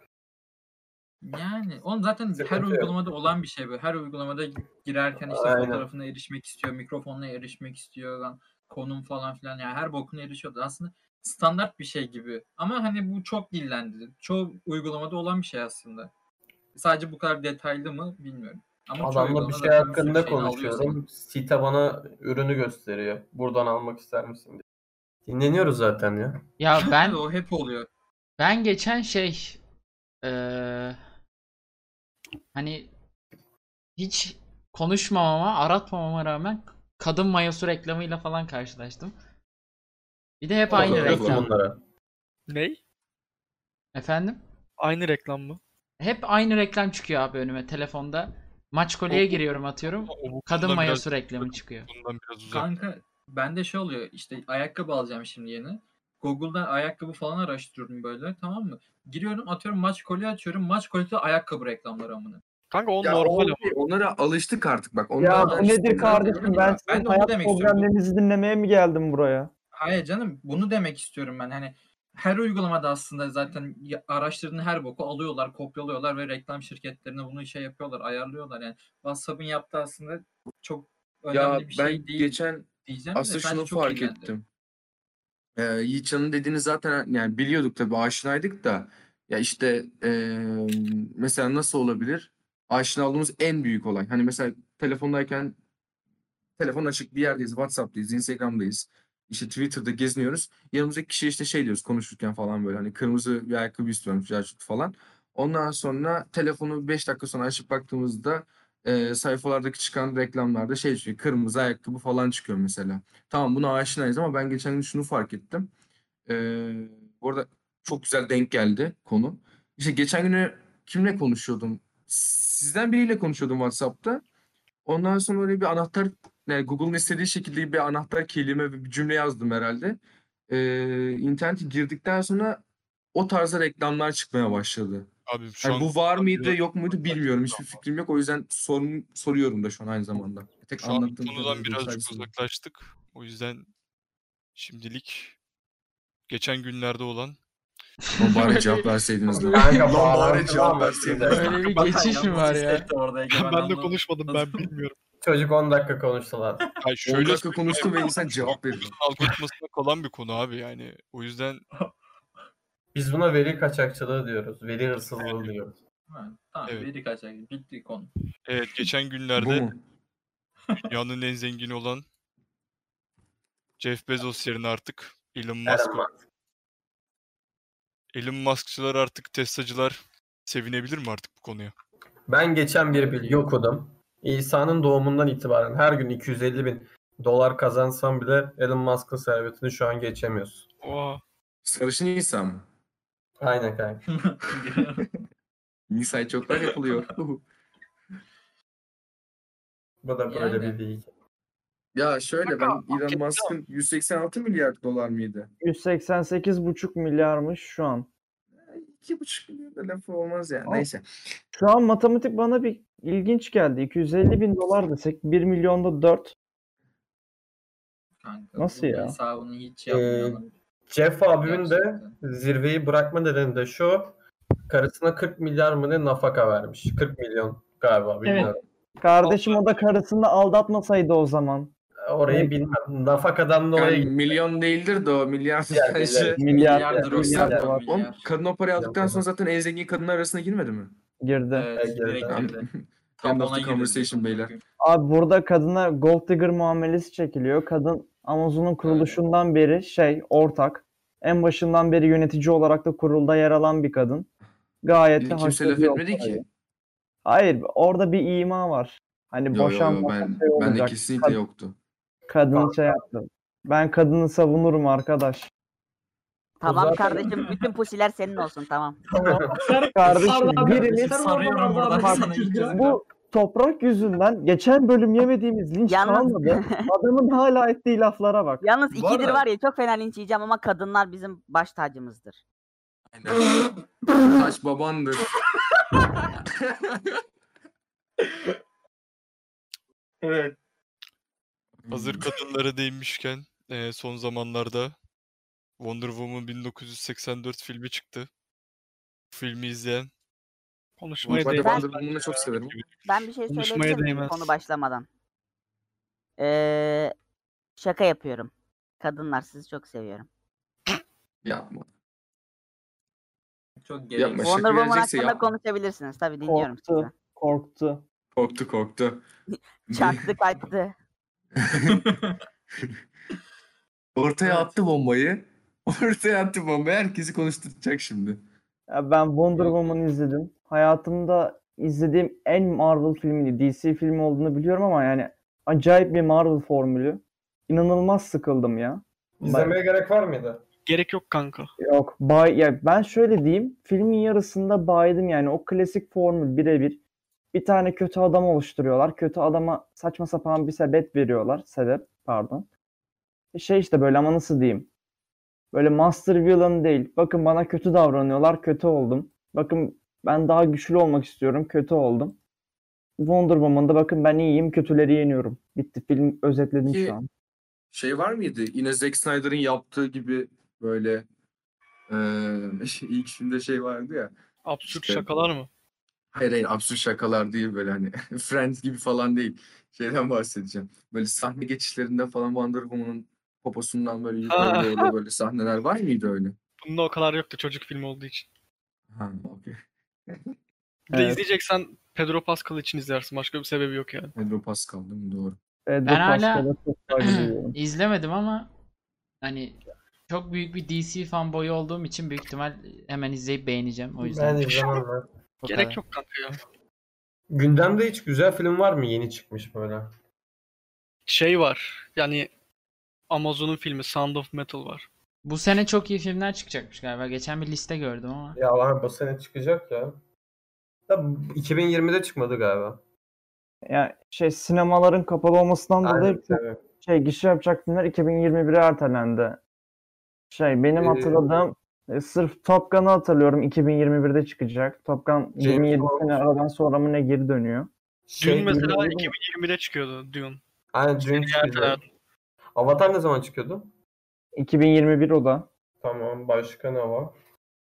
[SPEAKER 6] Yani onun zaten
[SPEAKER 5] Sıkıntı
[SPEAKER 6] her
[SPEAKER 5] yok.
[SPEAKER 6] uygulamada olan bir şey bu. Her uygulamada girerken işte
[SPEAKER 5] Aynen.
[SPEAKER 6] fotoğrafına erişmek istiyor, mikrofonuna erişmek istiyor, lan konum falan filan, yani her bokuna erişiyordu. Aslında standart bir şey gibi. Ama hani bu çok dillendi. Çoğu uygulamada olan bir şey aslında. Sadece bu kadar detaylı mı bilmiyorum. Ama çoğu
[SPEAKER 5] Adamla bir
[SPEAKER 6] uygulama
[SPEAKER 5] şey
[SPEAKER 6] zaten bir sürü
[SPEAKER 5] hakkında
[SPEAKER 6] şeyini alıyor senin.
[SPEAKER 5] konuşuyorum. Site bana ürünü gösteriyor. Buradan almak ister misin diye. Dinleniyoruz zaten ya.
[SPEAKER 4] Ya ben
[SPEAKER 6] O hep oluyor.
[SPEAKER 4] ben geçen şey eee, hani hiç konuşmamama, aratmamama rağmen kadın mayosu reklamıyla falan karşılaştım. Bir de hep aynı
[SPEAKER 5] Bakıyorsun
[SPEAKER 4] reklam.
[SPEAKER 5] bunlara.
[SPEAKER 8] Ney?
[SPEAKER 4] Efendim?
[SPEAKER 8] Aynı reklam mı?
[SPEAKER 4] Hep aynı reklam çıkıyor abi önüme telefonda. Maç kolye
[SPEAKER 3] O-
[SPEAKER 4] giriyorum, atıyorum.
[SPEAKER 3] O bu
[SPEAKER 4] Kadın
[SPEAKER 3] konudan
[SPEAKER 4] mayosu
[SPEAKER 3] biraz-
[SPEAKER 4] reklamı çıkıyor.
[SPEAKER 3] Bundan biraz uzak.
[SPEAKER 6] Kanka bende şey oluyor, işte ayakkabı alacağım şimdi yeni. Google'dan ayakkabı falan araştırıyorum böyle, tamam mı? Giriyorum, atıyorum maç kolye açıyorum. Maç kolyede ayakkabı reklamları amına.
[SPEAKER 8] Kanka o
[SPEAKER 10] Ya
[SPEAKER 8] normal
[SPEAKER 10] o-
[SPEAKER 8] ama.
[SPEAKER 10] onlara alıştık artık bak.
[SPEAKER 1] Ya
[SPEAKER 10] Onlara
[SPEAKER 1] bu nedir
[SPEAKER 10] alıştık.
[SPEAKER 1] kardeşim? Ben
[SPEAKER 6] Ben de
[SPEAKER 1] sizin
[SPEAKER 6] onu
[SPEAKER 1] hayat
[SPEAKER 6] demek istiyorum.
[SPEAKER 1] problemlerinizi dinlemeye mi geldim buraya?
[SPEAKER 6] Hayır canım, bunu demek istiyorum ben. Hani her uygulamada aslında zaten ya- araştırdığın her boku alıyorlar, kopyalıyorlar ve reklam şirketlerine bunu şey yapıyorlar, ayarlıyorlar. Yani WhatsApp'ın yaptığı aslında çok önemli
[SPEAKER 10] Ya
[SPEAKER 6] bir
[SPEAKER 10] ben
[SPEAKER 6] şey değil
[SPEAKER 10] geçen
[SPEAKER 6] diyeceğim de
[SPEAKER 10] aslında
[SPEAKER 6] sadece
[SPEAKER 10] şunu
[SPEAKER 6] çok
[SPEAKER 10] fark
[SPEAKER 6] iyilendi.
[SPEAKER 10] ettim. Ee, Yiğitcan'ın dediğini zaten yani biliyorduk tabii, aşinaydık da ya işte eee, mesela nasıl olabilir? Aşina olduğumuz en büyük olay. Hani mesela telefondayken telefon açık bir yerdeyiz, WhatsApp'tayız, Instagram'dayız. İşte Twitter'da geziniyoruz. Yanımızdaki kişi işte şey diyoruz konuşurken falan, böyle hani kırmızı bir ayakkabı istiyorum Cacık falan. Ondan sonra telefonu beş dakika sonra açıp baktığımızda eee, sayfalardaki çıkan reklamlarda şey çıkıyor, kırmızı ayakkabı falan çıkıyor mesela. Tamam, buna aşinayız ama ben geçen gün şunu fark ettim. Ee, bu arada çok güzel denk geldi konu. İşte geçen günü kimle konuşuyordum? Sizden biriyle konuşuyordum WhatsApp'ta. Ondan sonra öyle bir anahtar, yani Google'un istediği şekilde bir anahtar kelime ve bir cümle yazdım herhalde. Ee, internete girdikten sonra o tarzda reklamlar çıkmaya başladı.
[SPEAKER 3] Abi şu
[SPEAKER 10] Yani
[SPEAKER 3] an
[SPEAKER 10] bu var mıydı
[SPEAKER 3] biraz-
[SPEAKER 10] yok muydu bilmiyorum. Hiçbir fikrim yok. O yüzden sorun, soruyorum da şu an aynı zamanda. Tek
[SPEAKER 3] Şu an
[SPEAKER 10] anlattığım
[SPEAKER 3] konudan
[SPEAKER 10] kadarıyla
[SPEAKER 3] birazcık
[SPEAKER 10] saygısızım.
[SPEAKER 3] uzaklaştık. O yüzden şimdilik geçen günlerde olan
[SPEAKER 10] Ama bari
[SPEAKER 4] Böyle
[SPEAKER 10] cevap
[SPEAKER 4] bir-
[SPEAKER 10] verseydiniz lan.
[SPEAKER 5] Kanka
[SPEAKER 10] Lan bari
[SPEAKER 5] bağlantılı
[SPEAKER 10] cevap
[SPEAKER 5] ama
[SPEAKER 10] verseydiniz.
[SPEAKER 4] Böyle bir geçiş mi var ya?
[SPEAKER 8] Ben de konuşmadım, ben bilmiyorum.
[SPEAKER 5] Çocuk on dakika konuştu lan.
[SPEAKER 3] Hayır,
[SPEAKER 10] on
[SPEAKER 3] şöyle
[SPEAKER 10] dakika konuştum ve insan cevap verir.
[SPEAKER 3] algoritmasına kalan bir konu abi yani. O yüzden
[SPEAKER 5] Biz buna veri kaçakçılığı diyoruz. Veri hırsızlığı diyoruz.
[SPEAKER 6] Ha, tamam
[SPEAKER 3] Evet.
[SPEAKER 6] veri kaçak. Bitti konu.
[SPEAKER 3] evet geçen
[SPEAKER 10] Bu
[SPEAKER 3] günlerde
[SPEAKER 10] mu?
[SPEAKER 3] dünyanın en zengini olan Jeff Bezos yerine artık Elon Musk
[SPEAKER 5] Elon
[SPEAKER 3] oldu. Elon Musk'çılar artık Tesla'cılar sevinebilir mi artık bu konuya?
[SPEAKER 5] Ben geçen bir bilgi okudum. İsa'nın doğumundan itibaren her gün iki yüz elli bin dolar kazansam bile Elon Musk'ın servetini şu an geçemiyorsun.
[SPEAKER 8] Oha.
[SPEAKER 10] Sarışın insan mı?
[SPEAKER 5] Aynen kanka.
[SPEAKER 10] Nisa'yı çoklar yapılıyor.
[SPEAKER 5] Bu da böyle
[SPEAKER 6] Yani.
[SPEAKER 5] bir bilgi.
[SPEAKER 10] Ya şöyle ben Elon Musk'ın yüz seksen altı milyar dolar mıydı?
[SPEAKER 1] yüz seksen sekiz buçuk milyarmış şu an.
[SPEAKER 10] iki buçuk milyar da lafı olmaz ya.
[SPEAKER 1] Al.
[SPEAKER 10] Neyse.
[SPEAKER 1] Şu an matematik bana bir ilginç geldi. iki yüz elli bin dolar desek bir milyonda dört.
[SPEAKER 6] Kanka,
[SPEAKER 1] Nasıl
[SPEAKER 6] bunun
[SPEAKER 1] ya?
[SPEAKER 6] hesabını hiç
[SPEAKER 5] Ee,
[SPEAKER 6] yapmayalım.
[SPEAKER 5] Jeff abimin de
[SPEAKER 6] Gerçekten.
[SPEAKER 5] zirveyi bırakma nedeni de şu. Karısına kırk milyar mı ne nafaka vermiş. kırk milyon galiba bilmiyorum.
[SPEAKER 1] Kardeşim o da karısını aldatmasaydı o zaman.
[SPEAKER 5] Orayı
[SPEAKER 1] Evet.
[SPEAKER 5] bilmem. Nafakadan dolayı
[SPEAKER 10] Yani milyon değildir de o milyar
[SPEAKER 5] Milyar,
[SPEAKER 10] bence.
[SPEAKER 1] Milyar,
[SPEAKER 6] Milyardır o
[SPEAKER 1] milyar
[SPEAKER 6] zaten,
[SPEAKER 1] var.
[SPEAKER 10] Oğlum,
[SPEAKER 6] milyar.
[SPEAKER 10] kadın o parayı aldıktan sonra zaten en zengin kadınlar arasına girmedi mi?
[SPEAKER 1] Girdi.
[SPEAKER 6] Evet,
[SPEAKER 5] Evet,
[SPEAKER 6] direkt
[SPEAKER 5] evet.
[SPEAKER 6] girdi.
[SPEAKER 10] End of
[SPEAKER 6] Tabona
[SPEAKER 10] the
[SPEAKER 6] girdi.
[SPEAKER 10] conversation beyler.
[SPEAKER 1] Abi burada kadına gold digger muamelesi çekiliyor. Kadın Amazon'un kuruluşundan beri şey ortak. En başından beri yönetici olarak da kurulda yer alan bir kadın. Gayet de
[SPEAKER 10] Bizim
[SPEAKER 1] hak
[SPEAKER 10] kimse laf
[SPEAKER 1] ediyor o
[SPEAKER 10] etmedi
[SPEAKER 1] parayı.
[SPEAKER 10] ki.
[SPEAKER 1] Hayır, orada bir ima var. Hani
[SPEAKER 10] Yo yo yo
[SPEAKER 1] boşanma
[SPEAKER 10] ben,
[SPEAKER 1] şey
[SPEAKER 10] bende
[SPEAKER 1] olacak.
[SPEAKER 10] kesinlikle
[SPEAKER 1] Kad-
[SPEAKER 10] yoktu.
[SPEAKER 1] Kadın şey yaptı. Ben kadını savunurum arkadaş.
[SPEAKER 9] Tamam
[SPEAKER 5] zaten-
[SPEAKER 9] kardeşim bütün pusiler senin olsun tamam.
[SPEAKER 1] Kardeşim
[SPEAKER 7] Sarı abi,
[SPEAKER 1] birimiz
[SPEAKER 7] sarı
[SPEAKER 6] Sarıyorum
[SPEAKER 7] oradan
[SPEAKER 6] buradan
[SPEAKER 7] abi,
[SPEAKER 6] sana
[SPEAKER 7] üç yüz gram.
[SPEAKER 1] bu toprak yüzünden geçen bölüm yemediğimiz linç
[SPEAKER 9] Yalnız-
[SPEAKER 1] kalmadı. Adamın hala ettiği laflara bak.
[SPEAKER 9] Yalnız
[SPEAKER 5] Bu
[SPEAKER 9] ikidir
[SPEAKER 5] arada-
[SPEAKER 9] var ya çok fena linç yiyeceğim ama kadınlar bizim baş tacımızdır.
[SPEAKER 10] Aynen. Taş babandır.
[SPEAKER 5] evet.
[SPEAKER 3] Hazır kadınlara değinmişken eee, son zamanlarda Wonder Woman bin dokuz yüz seksen dört filmi çıktı. Bu filmi izleyen
[SPEAKER 8] Konuşmaya
[SPEAKER 10] Ben de
[SPEAKER 8] değmez.
[SPEAKER 10] Wonder Woman'ı çok severim.
[SPEAKER 9] Ben bir şey
[SPEAKER 8] Konuşmaya
[SPEAKER 9] söyleyebilir miyim
[SPEAKER 8] değmez.
[SPEAKER 9] konu başlamadan? Ee, şaka yapıyorum. Kadınlar sizi çok seviyorum.
[SPEAKER 10] Yapma.
[SPEAKER 6] Çok
[SPEAKER 10] Yapma.
[SPEAKER 6] gereksiz.
[SPEAKER 10] Şaka
[SPEAKER 9] Wonder Woman
[SPEAKER 10] gelecekse
[SPEAKER 9] hakkında
[SPEAKER 10] yapma.
[SPEAKER 9] konuşabilirsiniz. Tabii dinliyorum
[SPEAKER 1] Korktu.
[SPEAKER 9] sizi.
[SPEAKER 1] Korktu.
[SPEAKER 10] Korktu korktu.
[SPEAKER 9] Çaktı kaçtı.
[SPEAKER 10] Ortaya
[SPEAKER 6] Evet.
[SPEAKER 10] attı bombayı. Ortaya attı bombayı. Herkesi konuşturacak şimdi.
[SPEAKER 1] Ya ben Wonder
[SPEAKER 6] Yok.
[SPEAKER 1] Woman'ı izledim. Hayatımda izlediğim en Marvel filmiydi. D C filmi olduğunu biliyorum ama yani acayip bir Marvel formülü. İnanılmaz sıkıldım ya.
[SPEAKER 5] İzlemeye gerek var mıydı?
[SPEAKER 8] Gerek yok kanka.
[SPEAKER 1] Yok, bay ya ben şöyle diyeyim. Filmin yarısında baydım yani o klasik formül birebir. Bir tane kötü adam oluşturuyorlar. Kötü adama saçma sapan bir sebep veriyorlar. Sebep, pardon. Şey işte böyle ama nasıl diyeyim? Böyle master villain değil. Bakın bana kötü davranıyorlar, kötü oldum. Bakın ben daha güçlü olmak istiyorum, kötü oldum. Wonder Woman'da bakın ben iyiyim, kötüleri yeniyorum. Bitti, film özetledim
[SPEAKER 10] Peki,
[SPEAKER 1] şu an.
[SPEAKER 10] Şey var mıydı? Yine Zack Snyder'ın yaptığı gibi böyle eee ilk filmde şey vardı ya.
[SPEAKER 8] Absürt
[SPEAKER 10] İşte-
[SPEAKER 8] şakalar mı?
[SPEAKER 10] Hayır hayır absürt şakalar değil böyle hani Friends gibi falan değil. Şeyden bahsedeceğim. Böyle sahne geçişlerinde falan Wonder Woman'ın poposundan böyle yukarı doğru böyle sahneler var mıydı öyle?
[SPEAKER 8] Bunda o kadar yoktu çocuk filmi olduğu için.
[SPEAKER 10] Ha, okey.
[SPEAKER 8] Bir de
[SPEAKER 1] Evet.
[SPEAKER 8] izleyeceksen Pedro Pascal için izlersin. Başka bir sebebi yok yani.
[SPEAKER 10] Pedro Pascal değil mi? Doğru.
[SPEAKER 1] Pedro
[SPEAKER 4] Ben hala-
[SPEAKER 1] Pascal'a çok saygı duyuyorum.
[SPEAKER 4] İzlemedim ama hani çok büyük bir D C fanboyu olduğum için büyük ihtimal hemen izleyip beğeneceğim. O yüzden.
[SPEAKER 5] Ben izlemem ben.
[SPEAKER 4] O
[SPEAKER 8] Gerek
[SPEAKER 4] kadar.
[SPEAKER 8] yok kanka ya.
[SPEAKER 5] Gündemde hiç güzel film var mı? Yeni çıkmış böyle.
[SPEAKER 8] Şey var. Yani Amazon'un filmi Sound of Metal var.
[SPEAKER 4] Bu sene çok iyi filmler çıkacakmış galiba. Geçen bir liste gördüm ama.
[SPEAKER 5] Ya var bu sene çıkacak ya. Da iki bin yirmide çıkmadı galiba.
[SPEAKER 1] Yani şey sinemaların kapalı olmasından dolayı
[SPEAKER 5] Aynen,
[SPEAKER 1] çok
[SPEAKER 5] tabii.
[SPEAKER 1] şey gişe yapacak filmler iki bin yirmi bire ertelendi. Şey benim
[SPEAKER 5] Ee,
[SPEAKER 1] hatırladığım e, sırf Top Gun'ı hatırlıyorum iki bin yirmi birde çıkacak. Top Gun yirmi yedi
[SPEAKER 5] Bond.
[SPEAKER 1] sene aradan sonra mı ne geri dönüyor.
[SPEAKER 8] Dune mesela
[SPEAKER 1] bilmiyorum.
[SPEAKER 8] iki bin yirmide çıkıyordu Dune.
[SPEAKER 5] Aynen Dune çıkacak.
[SPEAKER 8] ertelendi.
[SPEAKER 5] Avatar ne zaman çıkıyordu?
[SPEAKER 1] iki bin yirmi bir o da.
[SPEAKER 5] Tamam, başka ne var?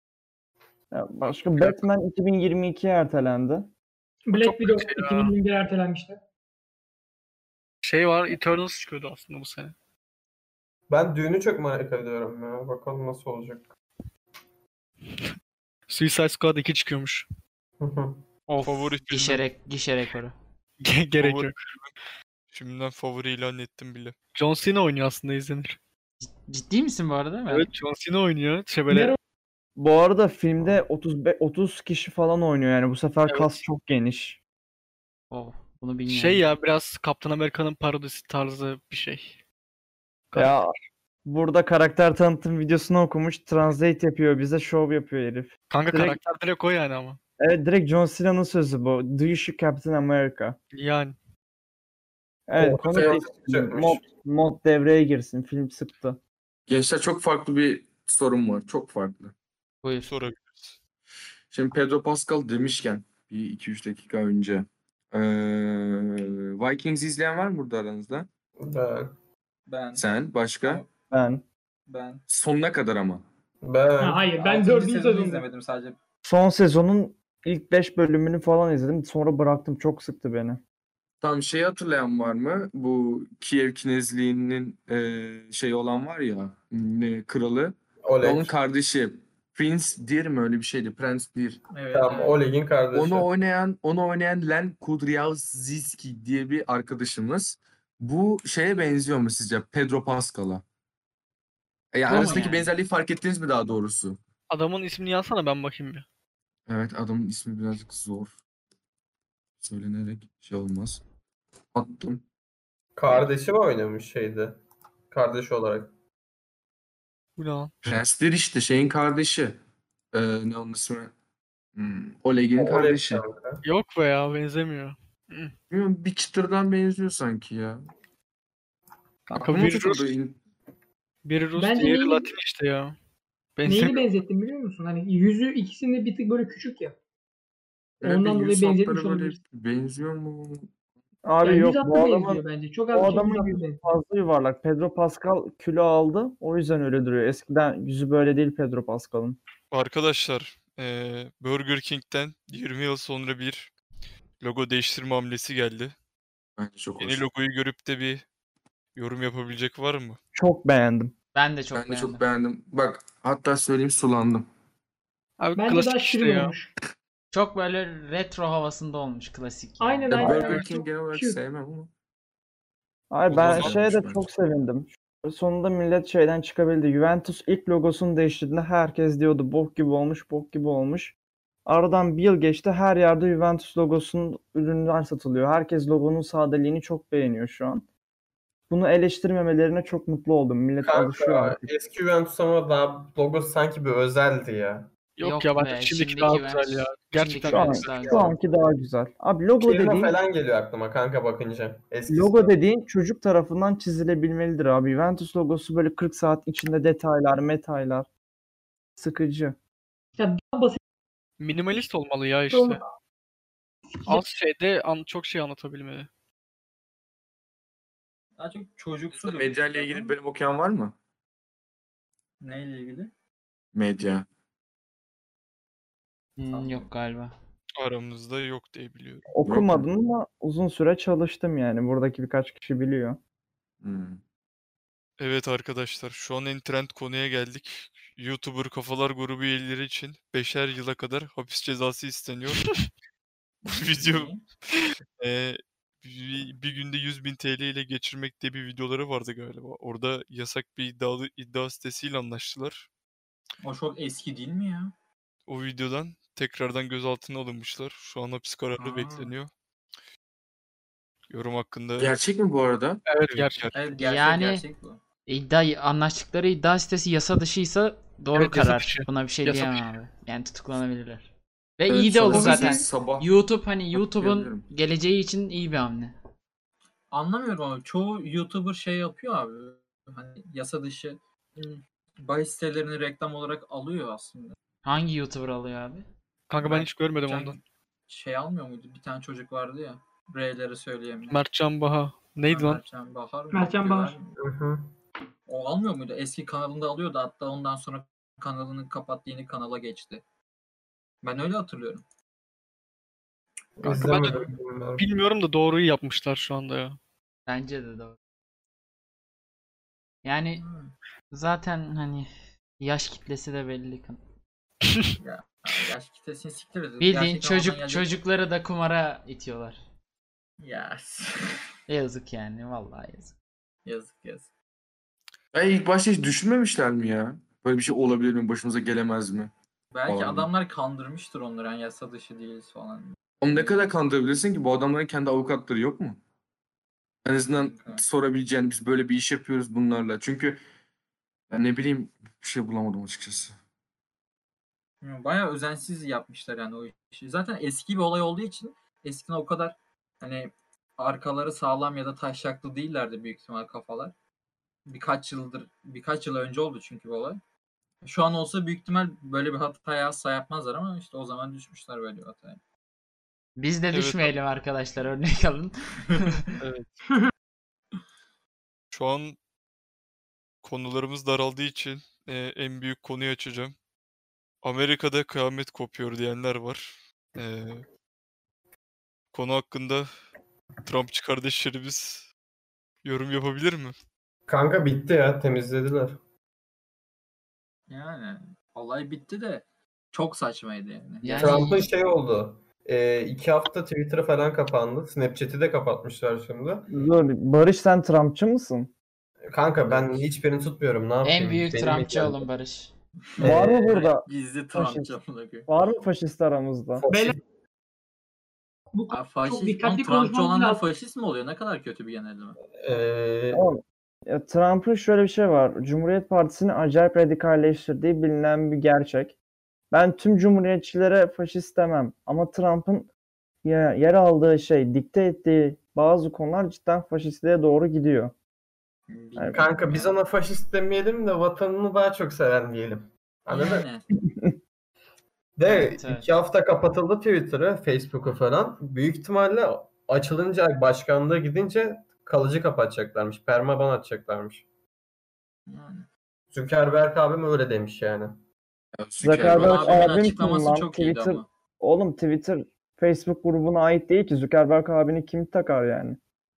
[SPEAKER 1] Ya başka Batman iki bin yirmi ikiye ertelendi.
[SPEAKER 7] Black
[SPEAKER 8] çok
[SPEAKER 7] Widow
[SPEAKER 8] kötü ya.
[SPEAKER 7] iki bin yirmi bir ertelenmişti.
[SPEAKER 8] Şey var, Eternals çıkıyordu aslında bu sene.
[SPEAKER 5] Ben düğünü çok merak ediyorum ya. Bakalım nasıl olacak.
[SPEAKER 8] Suicide Squad iki çıkıyormuş.
[SPEAKER 4] Of,
[SPEAKER 3] Favori filmim.
[SPEAKER 4] gişe, rek- gişe rekoru.
[SPEAKER 8] Ge- Gerek
[SPEAKER 3] Favori
[SPEAKER 8] yok.
[SPEAKER 3] Şimdiden favori ilan ettim bile.
[SPEAKER 8] John Cena oynuyor aslında, izlenir.
[SPEAKER 4] Ciddi misin bu arada? Ben...
[SPEAKER 8] Evet, John Cena oynuyor. Şey böyle
[SPEAKER 7] Nero-
[SPEAKER 1] Bu arada filmde otuz be- otuz kişi falan oynuyor yani bu sefer
[SPEAKER 8] Evet.
[SPEAKER 1] kas çok geniş.
[SPEAKER 4] Oh, bunu bilmiyorum.
[SPEAKER 8] şey ya, biraz Kaptan Amerika'nın parodisi tarzı bir şey.
[SPEAKER 1] Ya burada karakter tanıtım videosunu okumuş, translate yapıyor, bize şov yapıyor herif.
[SPEAKER 8] Kanka
[SPEAKER 1] direkt-
[SPEAKER 8] karakter direkt o yani ama.
[SPEAKER 1] Evet, direkt John Cena'nın sözü bu. Do you shoot Captain America?
[SPEAKER 8] Yani.
[SPEAKER 1] Evet,
[SPEAKER 5] O
[SPEAKER 1] konu
[SPEAKER 5] kafaya
[SPEAKER 1] değişti.
[SPEAKER 5] sıkacakmış.
[SPEAKER 1] mod, mod devreye girsin. Film sıktı.
[SPEAKER 10] Gençler, çok farklı bir sorun var. Çok farklı.
[SPEAKER 4] Buyur.
[SPEAKER 3] Sorabiliriz.
[SPEAKER 10] Şimdi Pedro Pascal demişken bir iki üç dakika önce eee Vikings izleyen var mı burada aranızda?
[SPEAKER 5] Ben.
[SPEAKER 6] Ben.
[SPEAKER 10] Sen, başka?
[SPEAKER 1] Ben.
[SPEAKER 6] Ben.
[SPEAKER 10] Sonuna kadar ama.
[SPEAKER 5] Ben.
[SPEAKER 7] Ha, hayır ben
[SPEAKER 6] Altıncı
[SPEAKER 7] dördüncü
[SPEAKER 6] sezonu
[SPEAKER 7] sezonda.
[SPEAKER 6] izlemedim sadece.
[SPEAKER 1] Son sezonun ilk beş bölümünü falan izledim. Sonra bıraktım. Çok sıktı beni.
[SPEAKER 10] Tam şeyi hatırlayan var mı? Bu Kiev Knezliği'nin eee şey olan var ya, ne, kralı.
[SPEAKER 5] Oleg.
[SPEAKER 10] Onun kardeşi. Prince Deer mi, öyle bir şeydi? Prince Deer.
[SPEAKER 6] Evet.
[SPEAKER 5] Tamam,
[SPEAKER 6] evet.
[SPEAKER 5] Oleg'in kardeşi.
[SPEAKER 10] Onu oynayan, onu oynayan Len Kudryavtsev diye bir arkadaşımız. Bu şeye benziyor mu sizce? Pedro Pascal'a. E, Yani
[SPEAKER 4] Ama
[SPEAKER 10] arasındaki
[SPEAKER 4] yani.
[SPEAKER 10] benzerliği fark ettiniz mi daha doğrusu?
[SPEAKER 8] Adamın ismini yazsana, ben bakayım bir.
[SPEAKER 10] Evet, adamın ismi birazcık zor. Söylenerek şey olmaz. Attım.
[SPEAKER 5] Kardeşi mi oynamış şeydi? Kardeş olarak.
[SPEAKER 8] Bu ne lan?
[SPEAKER 10] Prince Deer işte şeyin kardeşi. Ee, ne onun ismi? Hmm, Oleg'in
[SPEAKER 5] Oleg
[SPEAKER 10] kardeşi.
[SPEAKER 5] kanka.
[SPEAKER 8] Yok be ya, benzemiyor.
[SPEAKER 10] Bilmiyorum, bir çıtırdan benziyor sanki ya.
[SPEAKER 8] Kanka
[SPEAKER 10] Aklıma
[SPEAKER 8] biri
[SPEAKER 10] takıldı.
[SPEAKER 8] Rus, biri Rus,
[SPEAKER 7] Bence
[SPEAKER 8] diğeri
[SPEAKER 7] neyini-
[SPEAKER 8] Latin işte ya.
[SPEAKER 7] Neyini
[SPEAKER 8] Benzemiyor.
[SPEAKER 7] benzettim biliyor musun? Hani yüzü ikisinde bir tık böyle küçük ya.
[SPEAKER 10] Evet,
[SPEAKER 7] Ondan
[SPEAKER 10] bir
[SPEAKER 7] dolayı
[SPEAKER 10] yüz
[SPEAKER 7] benzetmiş
[SPEAKER 10] hatları böyle
[SPEAKER 7] olabilir.
[SPEAKER 10] benziyor mu?
[SPEAKER 1] Abi
[SPEAKER 7] Yani
[SPEAKER 1] yok,
[SPEAKER 7] yüz hattı
[SPEAKER 1] bu adamın
[SPEAKER 7] benziyor bence. Çok
[SPEAKER 1] bu
[SPEAKER 7] az çok yüz
[SPEAKER 1] adamın
[SPEAKER 7] hattı
[SPEAKER 1] yüzü
[SPEAKER 7] benziyor.
[SPEAKER 1] fazla yuvarlak. Pedro Pascal kilo aldı. O yüzden öyle duruyor. Eskiden yüzü böyle değil Pedro Pascal'ın.
[SPEAKER 3] Arkadaşlar, eee, Burger King'den yirmi yıl sonra bir logo değiştirme hamlesi geldi.
[SPEAKER 10] Bence çok
[SPEAKER 3] Yeni
[SPEAKER 10] hoş.
[SPEAKER 3] logoyu görüp de bir yorum yapabilecek var mı?
[SPEAKER 1] Çok beğendim.
[SPEAKER 4] Ben de çok
[SPEAKER 10] Ben de
[SPEAKER 4] beğendim.
[SPEAKER 10] çok beğendim. Bak, hatta söyleyeyim, sulandım.
[SPEAKER 8] Abi
[SPEAKER 7] Bence
[SPEAKER 8] klasik
[SPEAKER 7] daha
[SPEAKER 8] işte
[SPEAKER 7] şirin
[SPEAKER 8] ya.
[SPEAKER 7] olmuş.
[SPEAKER 4] Çok böyle retro havasında olmuş, klasik.
[SPEAKER 7] Aynen,
[SPEAKER 10] Ya
[SPEAKER 7] aynen.
[SPEAKER 10] Burger
[SPEAKER 7] aynen.
[SPEAKER 10] King
[SPEAKER 7] Çok
[SPEAKER 10] genel olarak
[SPEAKER 7] cute.
[SPEAKER 10] sevmem ama.
[SPEAKER 1] Abi
[SPEAKER 10] O
[SPEAKER 1] ben
[SPEAKER 10] güzel
[SPEAKER 1] şeye
[SPEAKER 10] olmuş
[SPEAKER 1] de
[SPEAKER 10] bence.
[SPEAKER 1] çok sevindim. Sonunda millet şeyden çıkabildi. Juventus ilk logosunu değiştirdiğinde herkes diyordu bok gibi olmuş, bok gibi olmuş. Aradan bir yıl geçti. Her yerde Juventus logosunun ürünler satılıyor. Herkes logonun sadeliğini çok beğeniyor şu an. Bunu eleştirmemelerine çok mutlu oldum. Millet alışıyor
[SPEAKER 5] Kanka
[SPEAKER 1] artık.
[SPEAKER 5] eski Juventus ama daha logosu sanki bir özeldi ya.
[SPEAKER 8] Yok,
[SPEAKER 4] Yok
[SPEAKER 8] ya,
[SPEAKER 4] be,
[SPEAKER 8] bence şimdiki
[SPEAKER 4] şimdiki
[SPEAKER 8] daha
[SPEAKER 4] Juventus-
[SPEAKER 8] güzel ya.
[SPEAKER 4] şimdiki
[SPEAKER 8] Gerçekten
[SPEAKER 1] Şu, an,
[SPEAKER 4] Juventus daha
[SPEAKER 1] şu
[SPEAKER 4] güzel.
[SPEAKER 1] anki daha güzel. Abi logo
[SPEAKER 5] Kelime
[SPEAKER 1] dediğin,
[SPEAKER 5] falan geliyor aklıma kanka bakınca. Eskisi
[SPEAKER 1] logo
[SPEAKER 5] yok.
[SPEAKER 1] dediğin çocuk tarafından çizilebilmelidir abi. Juventus logosu böyle kırk saat içinde detaylar, metaylar. Sıkıcı.
[SPEAKER 7] Ya daha basit
[SPEAKER 8] minimalist olmalı ya
[SPEAKER 7] olma-
[SPEAKER 8] işte. Az şeyde an, çok şey anlatabilmeli.
[SPEAKER 6] Daha çok çocuksu.
[SPEAKER 10] Medya ile ilgili bir bölüm okuyan var mı?
[SPEAKER 6] Neyle ilgili?
[SPEAKER 10] Medya.
[SPEAKER 4] Hmm, yok galiba.
[SPEAKER 3] Aramızda yok diye biliyorum.
[SPEAKER 1] Okumadım ama uzun süre çalıştım yani. Buradaki birkaç kişi biliyor.
[SPEAKER 10] Hmm.
[SPEAKER 3] Evet arkadaşlar, şu an en trend konuya geldik. YouTuber Kafalar grubu üyeleri için beşer yıla kadar hapis cezası isteniyor. Bu video
[SPEAKER 6] Niye?
[SPEAKER 3] eee, bir, bir günde yüz bin T L ile geçirmek diye bir videoları vardı galiba. Orada yasak bir iddialı iddia sitesiyle anlaştılar.
[SPEAKER 6] O çok eski değil mi ya?
[SPEAKER 3] O videodan tekrardan gözaltına alınmışlar. Şu an hapis kararı
[SPEAKER 6] Aa.
[SPEAKER 3] bekleniyor. Yorum hakkında
[SPEAKER 10] Gerçek mi bu arada?
[SPEAKER 8] Evet, gerçek.
[SPEAKER 6] Evet, gerçek
[SPEAKER 4] Yani-
[SPEAKER 6] gerçek bu.
[SPEAKER 4] İddia anlaştıkları iddia sitesi yasa dışıysa doğru
[SPEAKER 8] Evet, yasa
[SPEAKER 4] karar.
[SPEAKER 8] dışı.
[SPEAKER 4] Buna bir şey
[SPEAKER 8] Yasa
[SPEAKER 4] diyemem abi. Yani tutuklanabilirler. Ve
[SPEAKER 10] Evet,
[SPEAKER 4] iyi de olur
[SPEAKER 10] sanırım
[SPEAKER 4] zaten.
[SPEAKER 10] Sabah.
[SPEAKER 4] YouTube hani YouTube'un
[SPEAKER 10] diyebilirim.
[SPEAKER 4] geleceği için iyi bir hamle.
[SPEAKER 6] Anlamıyorum ama çoğu YouTuber şey yapıyor abi. Hani yasa dışı hmm, bahis sitelerini reklam olarak alıyor aslında.
[SPEAKER 8] Hangi
[SPEAKER 4] YouTuber alıyor abi?
[SPEAKER 8] Kanka ben hiç görmedim
[SPEAKER 6] Can-
[SPEAKER 8] ondan.
[SPEAKER 6] Şey almıyor muydu? Bir tane çocuk vardı ya. R'leri söyleyemiyor.
[SPEAKER 8] Mertcan Baha. Neydi lan?
[SPEAKER 6] Mertcan Bahar mı?
[SPEAKER 7] Mertcan Bahar.
[SPEAKER 5] Hı hı.
[SPEAKER 6] O almıyor muydu? Eski kanalında alıyordu. Hatta ondan sonra kanalını kapattı, yeni kanala geçti. Ben öyle hatırlıyorum.
[SPEAKER 8] Kanka ben de
[SPEAKER 5] İzlemedim, bilmiyorum.
[SPEAKER 8] bilmiyorum da doğruyu yapmışlar şu anda ya.
[SPEAKER 4] Bence de doğru. Yani zaten hani yaş kitlesi de belli.
[SPEAKER 6] Ya, yaş kitlesini siktir edin.
[SPEAKER 4] Bildiğin
[SPEAKER 6] Gerçekten oradan
[SPEAKER 4] çocuk
[SPEAKER 6] gelecek-
[SPEAKER 4] çocukları da kumara itiyorlar.
[SPEAKER 6] Ya
[SPEAKER 4] Yazık yani vallahi yazık.
[SPEAKER 6] yazık yazık.
[SPEAKER 10] Ya ilk başta hiç düşünmemişler mi ya? Böyle bir şey olabilir mi? Başımıza gelemez mi?
[SPEAKER 6] Belki
[SPEAKER 10] Falan.
[SPEAKER 6] adamlar kandırmıştır onları. Yani yasa dışı değiliz falan.
[SPEAKER 10] Oğlum ne kadar kandırabilirsin ki? Bu adamların kendi avukatları yok mu? En azından
[SPEAKER 6] Evet.
[SPEAKER 10] sorabileceğin biz böyle bir iş yapıyoruz bunlarla. Çünkü ben ne bileyim bir şey bulamadım açıkçası.
[SPEAKER 6] Bilmiyorum, bayağı özensiz yapmışlar yani o işi. Zaten eski bir olay olduğu için eskiden o kadar hani arkaları sağlam ya da taşaklı değillerdi büyük ihtimal kafalar. Birkaç yıldır, birkaç yıl önce oldu çünkü bu olay. Şu an olsa büyük ihtimal böyle bir hataya asla yapmazlar ama işte o zaman düşmüşler böyle bir hataya.
[SPEAKER 4] Biz de
[SPEAKER 3] Evet.
[SPEAKER 4] düşmeyelim arkadaşlar, örnek alın.
[SPEAKER 3] Evet. Şu an konularımız daraldığı için e, en büyük konuyu açacağım. Amerika'da kıyamet kopuyor diyenler var. E, konu hakkında Trumpçı kardeşlerimiz yorum yapabilir mi?
[SPEAKER 5] Kanka bitti ya, temizlediler.
[SPEAKER 6] Yani olay bitti de çok saçmaydı yani.
[SPEAKER 4] Yani-
[SPEAKER 5] Trump'ın şey oldu. E, iki hafta Twitter'ı falan kapandı. Snapchat'i de kapatmışlar şimdi.
[SPEAKER 1] Dur, Barış sen Trumpçı mısın?
[SPEAKER 5] Kanka ben hiçbirini tutmuyorum. Ne yapayım?
[SPEAKER 4] En büyük
[SPEAKER 5] Benim
[SPEAKER 4] Trumpçı
[SPEAKER 5] ilgilendim.
[SPEAKER 4] oğlum Barış.
[SPEAKER 1] Var mı
[SPEAKER 5] Ee,
[SPEAKER 1] burada?
[SPEAKER 6] Gizli
[SPEAKER 1] Faşist.
[SPEAKER 6] Trumpçı amına koyayım.
[SPEAKER 1] Var mı faşist aramızda?
[SPEAKER 5] Faşist-
[SPEAKER 7] Bu
[SPEAKER 6] Abi
[SPEAKER 7] çok
[SPEAKER 6] faşist,
[SPEAKER 7] dikkatli
[SPEAKER 6] oğlum Trumpçı
[SPEAKER 7] konuşmamız
[SPEAKER 6] olanlar
[SPEAKER 7] lazım.
[SPEAKER 6] faşist mi oluyor? Ne kadar kötü bir genelleme.
[SPEAKER 5] Ee,
[SPEAKER 1] Tamam. Ya, Trump'ın şöyle bir şey var. Cumhuriyet Partisi'ni acayip radikalleştirdiği bilinen bir gerçek. Ben tüm cumhuriyetçilere faşist demem. Ama Trump'ın ya- yer aldığı şey, dikte ettiği bazı konular cidden faşistliğe doğru gidiyor.
[SPEAKER 6] Bilmiyorum
[SPEAKER 5] kanka biz
[SPEAKER 6] ya.
[SPEAKER 5] ona faşist demeyelim de vatanını daha çok seven diyelim. Anladın mı?
[SPEAKER 6] Yani.
[SPEAKER 5] De
[SPEAKER 4] Evet, evet.
[SPEAKER 5] iki hafta kapatıldı Twitter'ı, Facebook'u falan. Büyük ihtimalle açılınca, başkanlığı gidince kalıcı kapatacaklarmış. Permaban atacaklarmış.
[SPEAKER 6] Yani.
[SPEAKER 5] Zuckerberg abim öyle demiş yani.
[SPEAKER 10] Ya,
[SPEAKER 1] Zuckerberg
[SPEAKER 6] Abimin
[SPEAKER 1] abim kim
[SPEAKER 6] açıklaması
[SPEAKER 1] lan?
[SPEAKER 6] çok iyiydi
[SPEAKER 1] Twitter,
[SPEAKER 6] ama.
[SPEAKER 1] oğlum Twitter Facebook grubuna ait değil ki. Zuckerberg abini kim takar yani?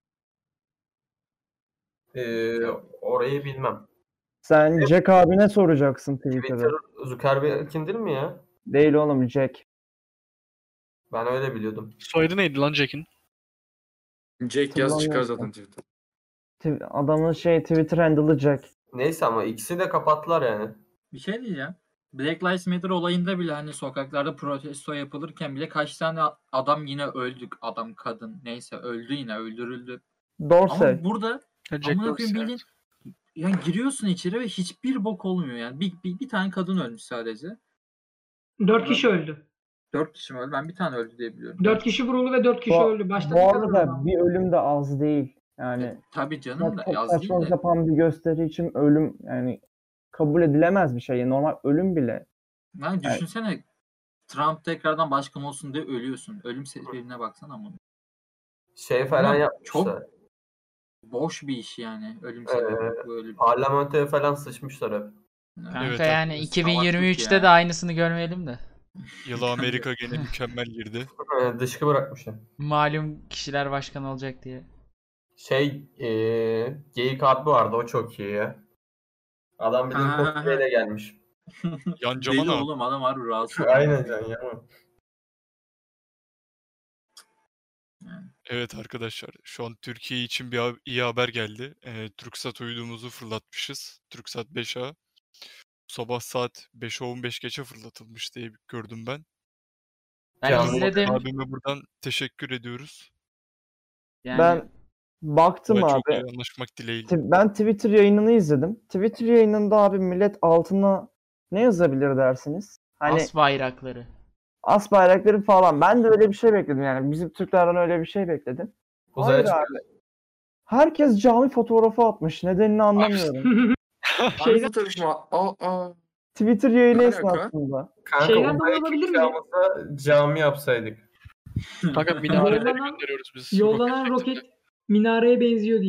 [SPEAKER 5] Ee, orayı bilmem.
[SPEAKER 1] Sen Jack abine soracaksın Twitter'ı.
[SPEAKER 5] Twitter Zuckerberg'in değil mi ya?
[SPEAKER 1] Değil oğlum, Jack.
[SPEAKER 5] Ben öyle biliyordum.
[SPEAKER 8] Soyadı neydi lan Jack'in?
[SPEAKER 10] Jack yaz çıkar
[SPEAKER 1] Hatırlamıyorum.
[SPEAKER 10] zaten Twitter.
[SPEAKER 1] Tw- Adamın şey Twitter handle'ı Jack.
[SPEAKER 5] Neyse ama ikisini de kapattılar yani.
[SPEAKER 6] Bir şey diyeceğim. Black Lives Matter olayında bile hani sokaklarda protesto yapılırken bile kaç tane adam yine öldük. Adam, kadın neyse öldü, yine öldürüldü.
[SPEAKER 1] Dorsey.
[SPEAKER 6] Ama burada
[SPEAKER 8] Ha, Jack
[SPEAKER 6] amına
[SPEAKER 8] Dorsey,
[SPEAKER 6] koyayım bildiğin yani giriyorsun içeri ve hiçbir bok olmuyor yani. Bir, bir, bir tane kadın ölmüş sadece.
[SPEAKER 7] Dört kişi öldü.
[SPEAKER 6] Dört kişi mi öldü? Ben bir tane öldü diye biliyorum.
[SPEAKER 7] Dört kişi vuruldu ve dört kişi
[SPEAKER 1] Bu,
[SPEAKER 7] öldü. Başta
[SPEAKER 1] bu
[SPEAKER 7] dikkat edin
[SPEAKER 1] arada
[SPEAKER 7] ama.
[SPEAKER 1] bir ölüm de az değil. Yani
[SPEAKER 6] E, tabii canım
[SPEAKER 1] çok,
[SPEAKER 6] da
[SPEAKER 1] çok
[SPEAKER 6] az
[SPEAKER 1] saçma
[SPEAKER 6] değil de.
[SPEAKER 1] sapan bir gösteri için ölüm yani kabul edilemez bir şey. Yani normal ölüm bile.
[SPEAKER 6] Yani düşünsene Trump tekrardan başkan olsun diye ölüyorsun. Ölüm sebebine baksana ama.
[SPEAKER 5] Şey falan
[SPEAKER 6] Ama
[SPEAKER 5] yapmışlar.
[SPEAKER 6] çok boş bir iş yani ölüm
[SPEAKER 5] Ee,
[SPEAKER 6] sebebi böyle.
[SPEAKER 5] Parlamentoya falan sıçmışlar hep.
[SPEAKER 4] Kanka
[SPEAKER 3] Evet,
[SPEAKER 4] yani
[SPEAKER 3] evet.
[SPEAKER 4] iki bin yirmi üçte
[SPEAKER 6] Salaklık
[SPEAKER 4] de
[SPEAKER 6] ya.
[SPEAKER 4] aynısını görmeyelim de.
[SPEAKER 3] Yıla Amerika gene mükemmel girdi.
[SPEAKER 5] Ee, Dışkı bırakmışlar.
[SPEAKER 4] Malum kişiler başkan olacak diye.
[SPEAKER 5] Şey, ee, Geyik abi vardı, o çok iyi ya. Adam bildiğin
[SPEAKER 6] Ha.
[SPEAKER 5] cosplay ile gelmiş.
[SPEAKER 3] Yan cama
[SPEAKER 6] Deli
[SPEAKER 3] ne
[SPEAKER 6] oğlum, adam harbi rahatsız.
[SPEAKER 5] Aynen can ya.
[SPEAKER 3] Evet arkadaşlar, şu an Türkiye için bir ha- iyi haber geldi. Ee, TürkSat uydumuzu fırlatmışız. TürkSat beş A. Bu sabah saat beşe on beş geçe fırlatılmış diye gördüm ben.
[SPEAKER 4] Ben
[SPEAKER 5] Canlı
[SPEAKER 4] izledim.
[SPEAKER 3] Abime buradan teşekkür ediyoruz.
[SPEAKER 4] Yani
[SPEAKER 1] Ben baktım
[SPEAKER 3] Daha
[SPEAKER 1] abi.
[SPEAKER 3] çok iyi anlaşmak dileğiyle.
[SPEAKER 1] T- Ben Twitter yayınını izledim. Twitter yayınında abi millet altına ne yazabilir dersiniz? Hani
[SPEAKER 4] as bayrakları.
[SPEAKER 1] as bayrakları falan. Ben de öyle bir şey bekledim yani. Bizim Türklerden öyle bir şey bekledim.
[SPEAKER 5] Uzaya
[SPEAKER 1] Hayır
[SPEAKER 5] çıkıyor.
[SPEAKER 1] abi. Herkes cami fotoğrafı atmış. Nedenini anlamıyorum.
[SPEAKER 10] Aynı fotoğrafı mı? Aa, aa.
[SPEAKER 1] Twitter yayını
[SPEAKER 10] Ne alaka?
[SPEAKER 1] esnasında.
[SPEAKER 5] Kanka
[SPEAKER 7] Şeyden
[SPEAKER 5] uzaya
[SPEAKER 7] dolayı olabilir mi?
[SPEAKER 5] çıkacağımızda cami yapsaydık.
[SPEAKER 8] Kanka minareleri
[SPEAKER 7] Yollanan-
[SPEAKER 8] gönderiyoruz biz.
[SPEAKER 7] Yollanan roket minareye benziyor diye.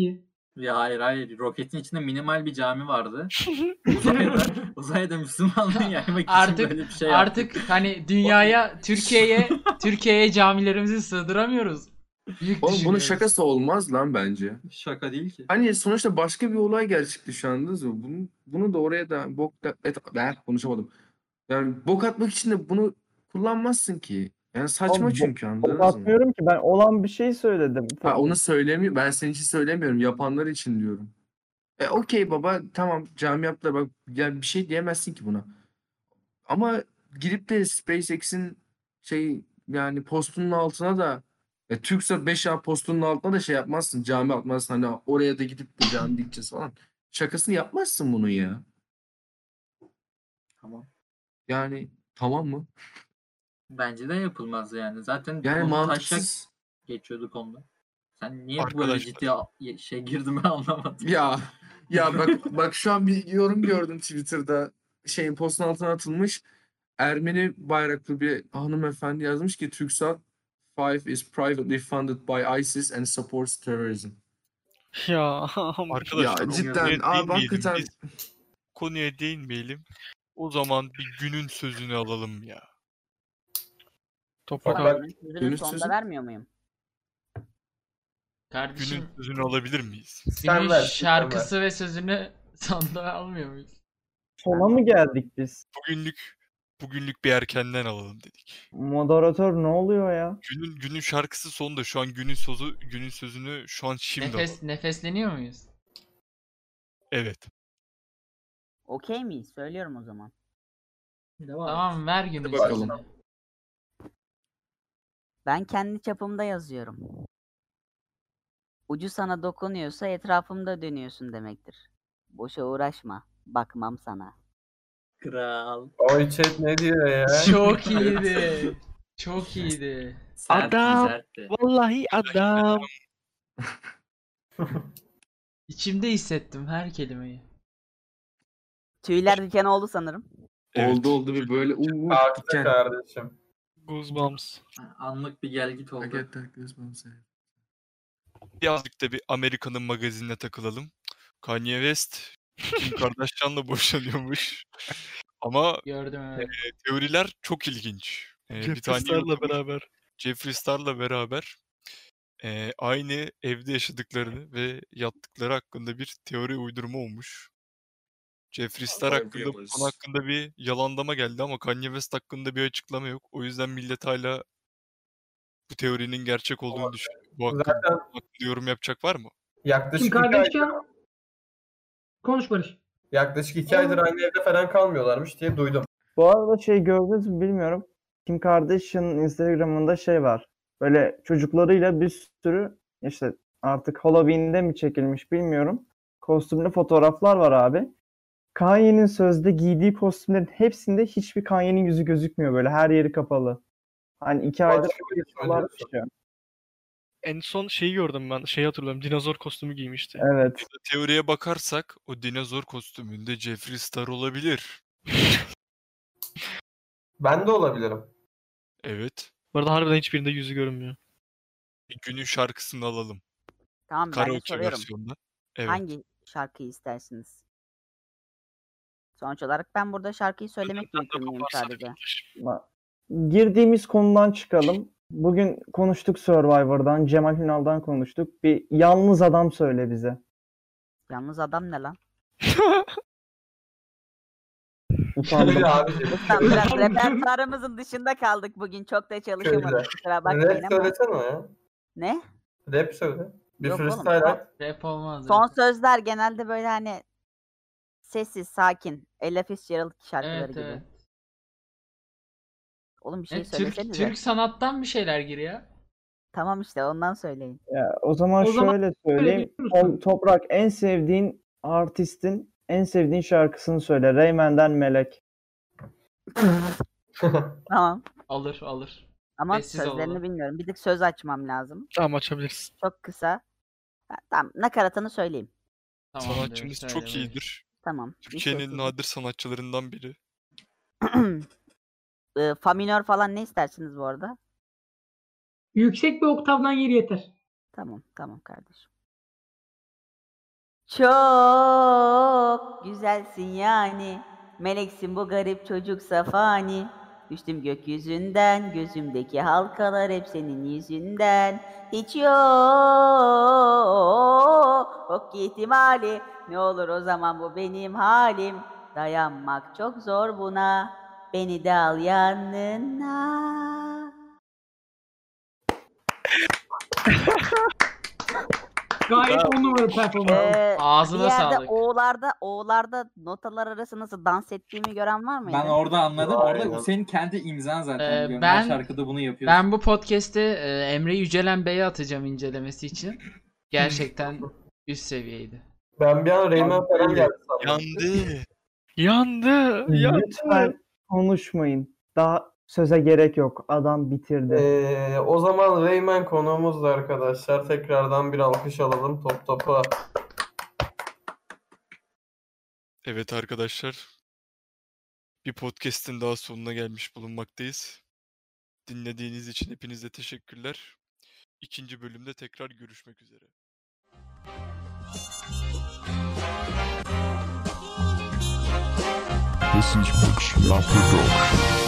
[SPEAKER 6] Ya hayır hayır. Roketin içinde minimal bir cami vardı. Uzayda, uzayda Müslümanlığı yaymak için
[SPEAKER 4] Artık
[SPEAKER 6] böyle bir şey yaptık.
[SPEAKER 4] artık hani dünyaya, Türkiye'ye, Türkiye'ye camilerimizi sığdıramıyoruz. Büyük
[SPEAKER 10] Oğlum bunun
[SPEAKER 4] düşünüyoruz.
[SPEAKER 10] şakası olmaz lan bence.
[SPEAKER 6] Şaka değil ki.
[SPEAKER 10] Hani sonuçta başka bir olay gerçekleşti anladınız mı? Bunu, bunu da oraya da bok da, et, ben konuşamadım. Yani bok atmak için de bunu kullanmazsın ki. Yani saçma
[SPEAKER 1] Oğlum,
[SPEAKER 10] çünkü
[SPEAKER 1] Bok
[SPEAKER 10] anladınız mı?
[SPEAKER 1] atmıyorum ki, ben olan bir şey söyledim.
[SPEAKER 10] Ha, onu söylemiyor. Ben senin için söylemiyorum. Yapanlar için diyorum. E okey baba tamam cami yaptılar bak yani bir şey diyemezsin ki buna. Ama girip de SpaceX'in şey yani postunun altına da e, Türksat beş A postunun altına da şey yapmazsın. Cami atmazsın hani oraya da gidip de cami dikeceğiz falan. Şakasını yapmazsın bunu ya.
[SPEAKER 6] Tamam.
[SPEAKER 10] Yani tamam mı?
[SPEAKER 6] Bence de yapılmaz yani. Zaten
[SPEAKER 10] Yani
[SPEAKER 6] konu taşak
[SPEAKER 10] mantıksız.
[SPEAKER 6] geçiyordu konuda. Sen niye böyle
[SPEAKER 3] Arkadaşlar.
[SPEAKER 6] ciddi a- şey girdin ben anlamadım.
[SPEAKER 10] Ya ya bak bak şu an bir yorum gördüm Twitter'da. Şeyin postun altına atılmış. Ermeni bayraklı bir hanımefendi yazmış ki Türksat beş is privately funded by ISIS and supports terrorism.
[SPEAKER 8] Ya
[SPEAKER 3] Arkadaşlar
[SPEAKER 10] Ya
[SPEAKER 3] o
[SPEAKER 10] cidden
[SPEAKER 3] konuya
[SPEAKER 10] abi
[SPEAKER 3] değinmeyelim
[SPEAKER 10] hakikaten
[SPEAKER 3] biz. Konuya değinmeyelim. O zaman bir günün sözünü alalım ya.
[SPEAKER 8] Toprak
[SPEAKER 5] Bak
[SPEAKER 8] abi.
[SPEAKER 5] ben
[SPEAKER 9] Günün sözünü
[SPEAKER 10] Günün
[SPEAKER 9] sonunda
[SPEAKER 10] sözü-
[SPEAKER 9] vermiyor muyum?
[SPEAKER 4] Kardeşim
[SPEAKER 3] Günün sözünü alabilir miyiz?
[SPEAKER 5] sen
[SPEAKER 4] günün
[SPEAKER 5] ver. sen ver.
[SPEAKER 4] şarkısı ve sözünü sonunda almıyor muyuz?
[SPEAKER 1] Sona mı geldik biz?
[SPEAKER 3] Bugünlük bugünlük bir erkenden alalım dedik.
[SPEAKER 1] Moderatör ne oluyor ya?
[SPEAKER 3] Günün günün şarkısı sonda. Şu an günün sözü günün sözünü şu an şimdi alalım.
[SPEAKER 4] Nefes nefesleniyor muyuz?
[SPEAKER 3] Evet.
[SPEAKER 9] Okey miyiz? Söylüyorum o zaman.
[SPEAKER 6] Devam et.
[SPEAKER 4] Tamam ver günün
[SPEAKER 10] bakalım.
[SPEAKER 4] sözünü.
[SPEAKER 9] Ben kendi çapımda yazıyorum. Ucu sana dokunuyorsa etrafımda dönüyorsun demektir. Boşa uğraşma. Bakmam sana.
[SPEAKER 6] Kral.
[SPEAKER 5] O chat ne diyor ya?
[SPEAKER 4] Çok iyiydi. Çok iyiydi.
[SPEAKER 6] Sertti,
[SPEAKER 8] Adam.
[SPEAKER 6] sertti.
[SPEAKER 8] Vallahi adam.
[SPEAKER 4] İçimde hissettim her kelimeyi.
[SPEAKER 9] Tüyler diken oldu sanırım.
[SPEAKER 3] Evet.
[SPEAKER 10] oldu oldu bir böyle uuu
[SPEAKER 5] Kalktı
[SPEAKER 10] diken.
[SPEAKER 5] kardeşim.
[SPEAKER 8] Goosebumps.
[SPEAKER 6] Anlık bir gel git oldu.
[SPEAKER 10] I get that goosebumps.
[SPEAKER 3] Birazcık da bir Amerika'nın magazinine takılalım. Kanye West Kim Kardashian'la boşanıyormuş. Ama
[SPEAKER 4] Gördüm evet.
[SPEAKER 3] e, teoriler çok ilginç. E, bir
[SPEAKER 8] Jeffree
[SPEAKER 3] tane
[SPEAKER 8] Star'la
[SPEAKER 3] YouTuber
[SPEAKER 8] beraber.
[SPEAKER 3] Jeffree Star'la beraber e, aynı evde yaşadıklarını ve yattıkları hakkında bir teori uydurma olmuş. Jeffree Star
[SPEAKER 10] Vay
[SPEAKER 3] hakkında bu
[SPEAKER 10] be.
[SPEAKER 3] konu hakkında bir yalanlama geldi ama Kanye West hakkında bir açıklama yok. O yüzden millet hala bu teorinin gerçek olduğunu düşünüyor. Bu hakkında,
[SPEAKER 5] Zaten
[SPEAKER 3] bu hakkında yorum yapacak var mı?
[SPEAKER 5] yaklaşık
[SPEAKER 7] Kim
[SPEAKER 5] iki, ay,
[SPEAKER 7] Kardashian? Konuş Barış.
[SPEAKER 5] yaklaşık iki aydır aynı evde falan kalmıyorlarmış diye duydum.
[SPEAKER 1] Bu arada şey gördünüz mü bilmiyorum. Kim Kardashian'ın Instagram'ında şey var. Böyle çocuklarıyla bir sürü işte artık Halloween'de mi çekilmiş bilmiyorum. Kostümlü fotoğraflar var abi. Kanye'nin sözde giydiği kostümlerin hepsinde hiçbir Kanye'nin yüzü gözükmüyor böyle. Her yeri kapalı. Hani iki aydır
[SPEAKER 5] Başka bir şey
[SPEAKER 1] fotoğraflar
[SPEAKER 5] söylüyorsun.
[SPEAKER 1] çıkıyor.
[SPEAKER 8] En son şeyi gördüm ben. Şeyi hatırlıyorum. Dinozor kostümü giymişti.
[SPEAKER 1] Evet.
[SPEAKER 3] Teoriye bakarsak o dinozor kostümünde Jeffree Star olabilir.
[SPEAKER 5] Ben de olabilirim.
[SPEAKER 3] Evet.
[SPEAKER 8] Bu arada harbiden hiçbirinde yüzü görünmüyor.
[SPEAKER 3] Bir günün şarkısını alalım.
[SPEAKER 9] Tamam ben de
[SPEAKER 3] Karaoke
[SPEAKER 9] soruyorum.
[SPEAKER 3] versiyonda. Evet.
[SPEAKER 9] Hangi şarkıyı istersiniz? Sonuç olarak ben burada şarkıyı söylemekle yükümlüyüm sadece.
[SPEAKER 1] Ma- Girdiğimiz konudan çıkalım. Bugün konuştuk Survivor'dan, Cemal Hünal'dan konuştuk. Bir yalnız adam söyle bize.
[SPEAKER 9] Yalnız adam ne lan?
[SPEAKER 1] Utandım.
[SPEAKER 5] Şöyle abi.
[SPEAKER 9] Lütfen biraz repertuarımızın dışında kaldık bugün. Çok da çalışamadık.
[SPEAKER 5] Şöyle.
[SPEAKER 9] Kusura bakmayın
[SPEAKER 5] Rap
[SPEAKER 9] ama.
[SPEAKER 5] söylesene ya.
[SPEAKER 9] Ne?
[SPEAKER 5] Rap söyle. Bir
[SPEAKER 9] Yok oğlum,
[SPEAKER 5] freestyle
[SPEAKER 9] son-
[SPEAKER 5] at.
[SPEAKER 4] Rap olmaz.
[SPEAKER 9] Son
[SPEAKER 4] rap.
[SPEAKER 9] sözler genelde böyle hani sessiz, sakin. Ella Fitzgerald şarkıları
[SPEAKER 4] Evet
[SPEAKER 9] gibi.
[SPEAKER 4] evet.
[SPEAKER 9] Oğlum bir şey
[SPEAKER 4] E, Türk,
[SPEAKER 9] söylesenize.
[SPEAKER 4] Türk sanattan bir şeyler gir ya.
[SPEAKER 9] Tamam işte ondan söyleyin.
[SPEAKER 1] Ya, o zaman
[SPEAKER 7] O zaman
[SPEAKER 1] şöyle söyleyeyim.
[SPEAKER 7] biliyor musun?
[SPEAKER 1] To- Toprak en sevdiğin artistin en sevdiğin şarkısını söyle. Reymen'den Melek.
[SPEAKER 9] Tamam.
[SPEAKER 4] Alır alır.
[SPEAKER 9] Ama
[SPEAKER 4] Sessiz
[SPEAKER 9] sözlerini
[SPEAKER 4] olalım.
[SPEAKER 9] bilmiyorum. Bir tık söz açmam lazım.
[SPEAKER 8] Tamam açabilirsin.
[SPEAKER 9] Çok kısa. Ha, tamam nakaratını söyleyeyim.
[SPEAKER 4] Tamam
[SPEAKER 3] Sanatçımız
[SPEAKER 4] söyle
[SPEAKER 3] çok
[SPEAKER 4] buyur.
[SPEAKER 3] iyidir.
[SPEAKER 9] Tamam. bir
[SPEAKER 3] Türkiye'nin
[SPEAKER 9] sessizlik.
[SPEAKER 3] nadir sanatçılarından biri.
[SPEAKER 9] Ee, Fa minör falan ne istersiniz bu arada?
[SPEAKER 7] Yüksek bir oktavdan yeri yeter.
[SPEAKER 9] Tamam tamam kardeşim. Çok güzelsin yani. Meleksin bu garip çocuksa fani. Düştüm gökyüzünden, gözümdeki halkalar hep senin yüzünden. Hiç yok ki ihtimali. Ne olur o zaman bu benim halim. Dayanmak çok zor buna. Beni de al yanına.
[SPEAKER 7] Gayet on numara performans.
[SPEAKER 9] Ee,
[SPEAKER 4] Ağzına
[SPEAKER 9] bir yerde
[SPEAKER 4] sağlık.
[SPEAKER 9] O'larda, O'larda notalar arası nasıl dans ettiğimi gören var mıydı?
[SPEAKER 6] Ben orada anladım.
[SPEAKER 5] Aynen.
[SPEAKER 6] Orada bu senin kendi imzan zaten.
[SPEAKER 4] Ee,
[SPEAKER 6] Diyorum.
[SPEAKER 4] ben-
[SPEAKER 6] Her şarkıda bunu yapıyorsun.
[SPEAKER 4] Ben bu podcast'te e, Emre Yücelen Bey'e atacağım incelemesi için. Gerçekten üst seviyeydi.
[SPEAKER 5] Ben bir an Rayman falan geldi sandım.
[SPEAKER 3] Yandı.
[SPEAKER 8] Yandı. Yandı.
[SPEAKER 1] Lütfen konuşmayın. Daha söze gerek yok. Adam bitirdi.
[SPEAKER 5] Ee, o zaman Rayman konuğumuzdu arkadaşlar. Tekrardan bir alkış alalım top topa.
[SPEAKER 3] Evet arkadaşlar. Bir podcast'in daha sonuna gelmiş bulunmaktayız. Dinlediğiniz için hepinize teşekkürler. İkinci bölümde tekrar görüşmek üzere.
[SPEAKER 2] This is Mixla Production.